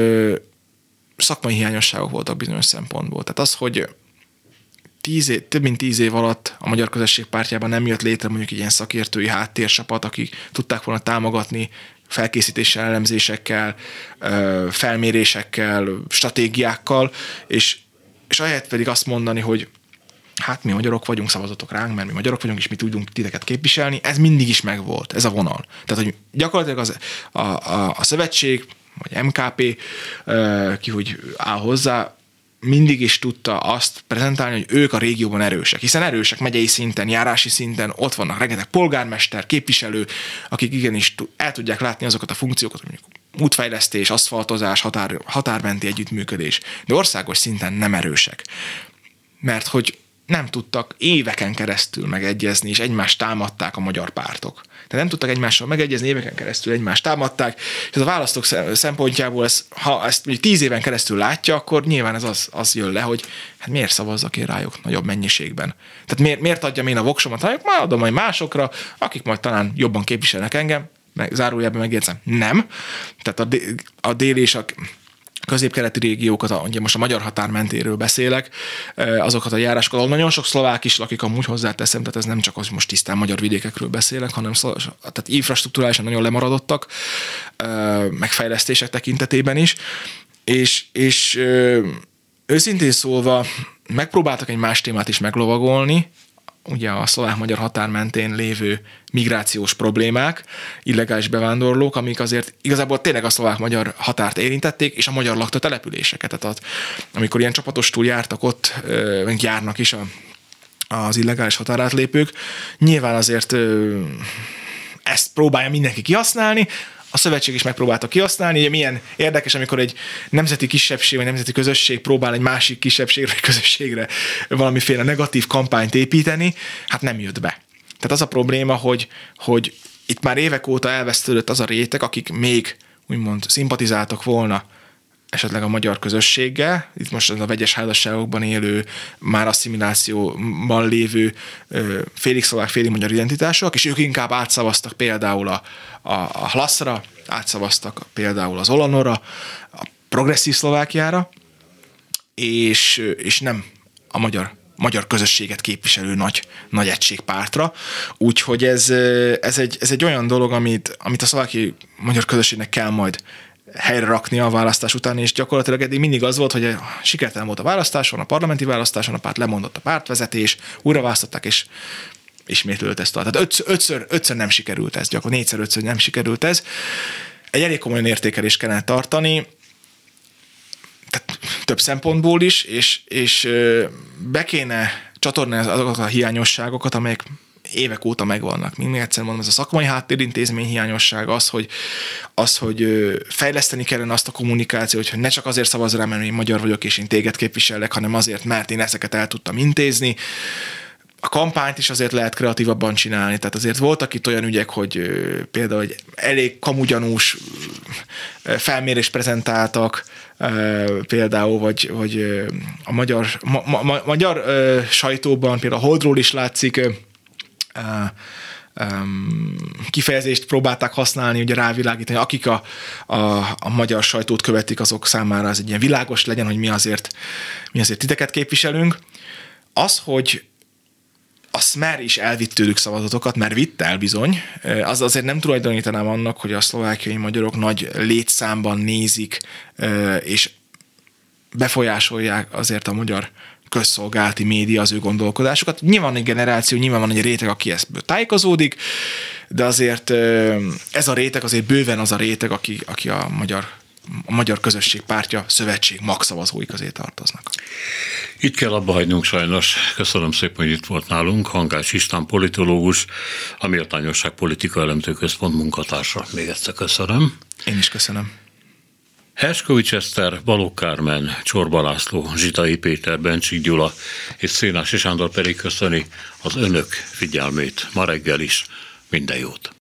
szakmai hiányosságok voltak bizonyos szempontból. Tehát az, hogy tíz év, több mint tíz év alatt a Magyar Közösség Pártjában nem jött létre mondjuk egy ilyen szakértői háttércsapat, akik tudták volna támogatni felkészítéssel, elemzésekkel, felmérésekkel, stratégiákkal, és, és ahelyett pedig azt mondani, hogy hát mi magyarok vagyunk, szavazatok ránk, mert mi magyarok vagyunk, és mi tudunk titeket képviselni, ez mindig is megvolt, ez a vonal. Tehát, hogy gyakorlatilag az, a, a, a szövetség, vagy em ká pé, ki hogy áll hozzá, mindig is tudta azt prezentálni, hogy ők a régióban erősek, hiszen erősek megyei szinten, járási szinten, ott vannak rengeteg polgármester, képviselő, akik igenis el tudják látni azokat a funkciókat, mondjuk útfejlesztés, aszfaltozás, határ, határmenti együttműködés, de országos szinten nem erősek. Mert hogy nem tudtak éveken keresztül megegyezni, és egymást támadták a magyar pártok. Tehát nem tudtak egymással megegyezni, éveken keresztül egymást támadták, és ez a választók szempontjából, ez, ha ezt mondjuk tíz éven keresztül látja, akkor nyilván ez az, az jön le, hogy hát miért szavazzak én rájuk nagyobb mennyiségben. Tehát miért, miért adjam én a voksomat, rájuk, már adom majd másokra, akik majd talán jobban képviselnek engem, meg, zárójában megjegyzem, nem. Tehát a, a dél és a közép-keleti régiókat, ugye most a magyar határ mentéről beszélek, azokat a járásokat, ahol nagyon sok szlovák is lakik, amúgy hozzáteszem, tehát ez nem csak az, hogy most tisztán magyar vidékekről beszélek, hanem tehát infrastruktúrálisan nagyon lemaradottak, megfejlesztések tekintetében is, és, és őszintén szólva megpróbáltak egy más témát is meglovagolni, ugye a szlovák-magyar határ mentén lévő migrációs problémák, illegális bevándorlók, amik azért igazából tényleg a szlovák-magyar határt érintették, és a magyar lakta településeket. Tehát amikor ilyen csapatostul jártak ott, vagy járnak is a, az illegális határátlépők, nyilván azért ezt próbálja mindenki kihasználni, a szövetség is megpróbálta kihasználni, ugye milyen érdekes, amikor egy nemzeti kisebbség vagy nemzeti közösség próbál egy másik kisebbségre vagy közösségre valamiféle negatív kampányt építeni, hát nem jött be. Tehát az a probléma, hogy, hogy itt már évek óta elvesztődött az a réteg, akik még úgymond szimpatizáltak volna esetleg a magyar közösséggel, itt most a vegyes házasságokban élő, már asszimilációban lévő félig szlovák, félig magyar identitások, és ők inkább átszavaztak például a, a, a Hlaszra, átszavaztak például az Olanora, a progresszív Szlovákiára, és, és nem a magyar magyar közösséget képviselő nagy, nagy egységpártra. Úgyhogy ez, ez, egy, ez egy olyan dolog, amit, amit a szlováki magyar közösségnek kell majd helyre rakni a választás után, és gyakorlatilag eddig mindig az volt, hogy sikertelen volt a választáson, a parlamenti választáson, a párt lemondott a pártvezetés, újra választották, és ismétlődött ezt. Tehát ötször, ötször, ötször nem sikerült ez, gyakorlatilag négyszer, ötször nem sikerült ez. Egy elég komoly értékelést kellene tartani, tehát több szempontból is, és, és be kéne csatornázni azokat a hiányosságokat, amelyek évek óta megvannak. Még egyszer mondom, ez a szakmai háttérintézmény hiányosság, az, hogy, az, hogy fejleszteni kellene azt a kommunikációt, hogy ne csak azért szavazz rám, mert én magyar vagyok, és én téged képviselek, hanem azért, mert én ezeket el tudtam intézni. A kampányt is azért lehet kreatívabban csinálni, tehát azért voltak itt olyan ügyek, hogy például egy elég kamugyanús felmérést prezentáltak, például, vagy, vagy a magyar, ma, ma, magyar sajtóban például a Holdról is látszik, kifejezést próbálták használni, ugye rávilágítani, akik a, a, a magyar sajtót követik, azok számára ez egy ilyen világos legyen, hogy mi azért, mi azért titeket képviselünk. Az, hogy a Smer is elvitt tőlük szavazatokat, mert vitt el bizony, az azért nem tulajdonítanám annak, hogy a szlovákiai magyarok nagy létszámban nézik, és befolyásolják azért a magyar közszolgálati média az ő gondolkodásukat. Nyilván egy generáció, nyilván van egy réteg, aki ezt tájékozódik, de azért ez a réteg azért bőven az a réteg, aki, aki a magyar a Magyar Közösség Pártja szövetség magszavazói közé tartoznak. Itt kell abba hagynunk sajnos. Köszönöm szépen, hogy itt volt nálunk. Hangács István politológus, a Méltányosság Politika Elemző Központ munkatársa. Még egyszer köszönöm. Én is köszönöm. Herskovics Eszter, Balogh Kármen, Csorba László, Zsitai Péter, Bencsik Gyula és Szénási Sándor pedig köszöni az önök figyelmét ma reggel is. Minden jót!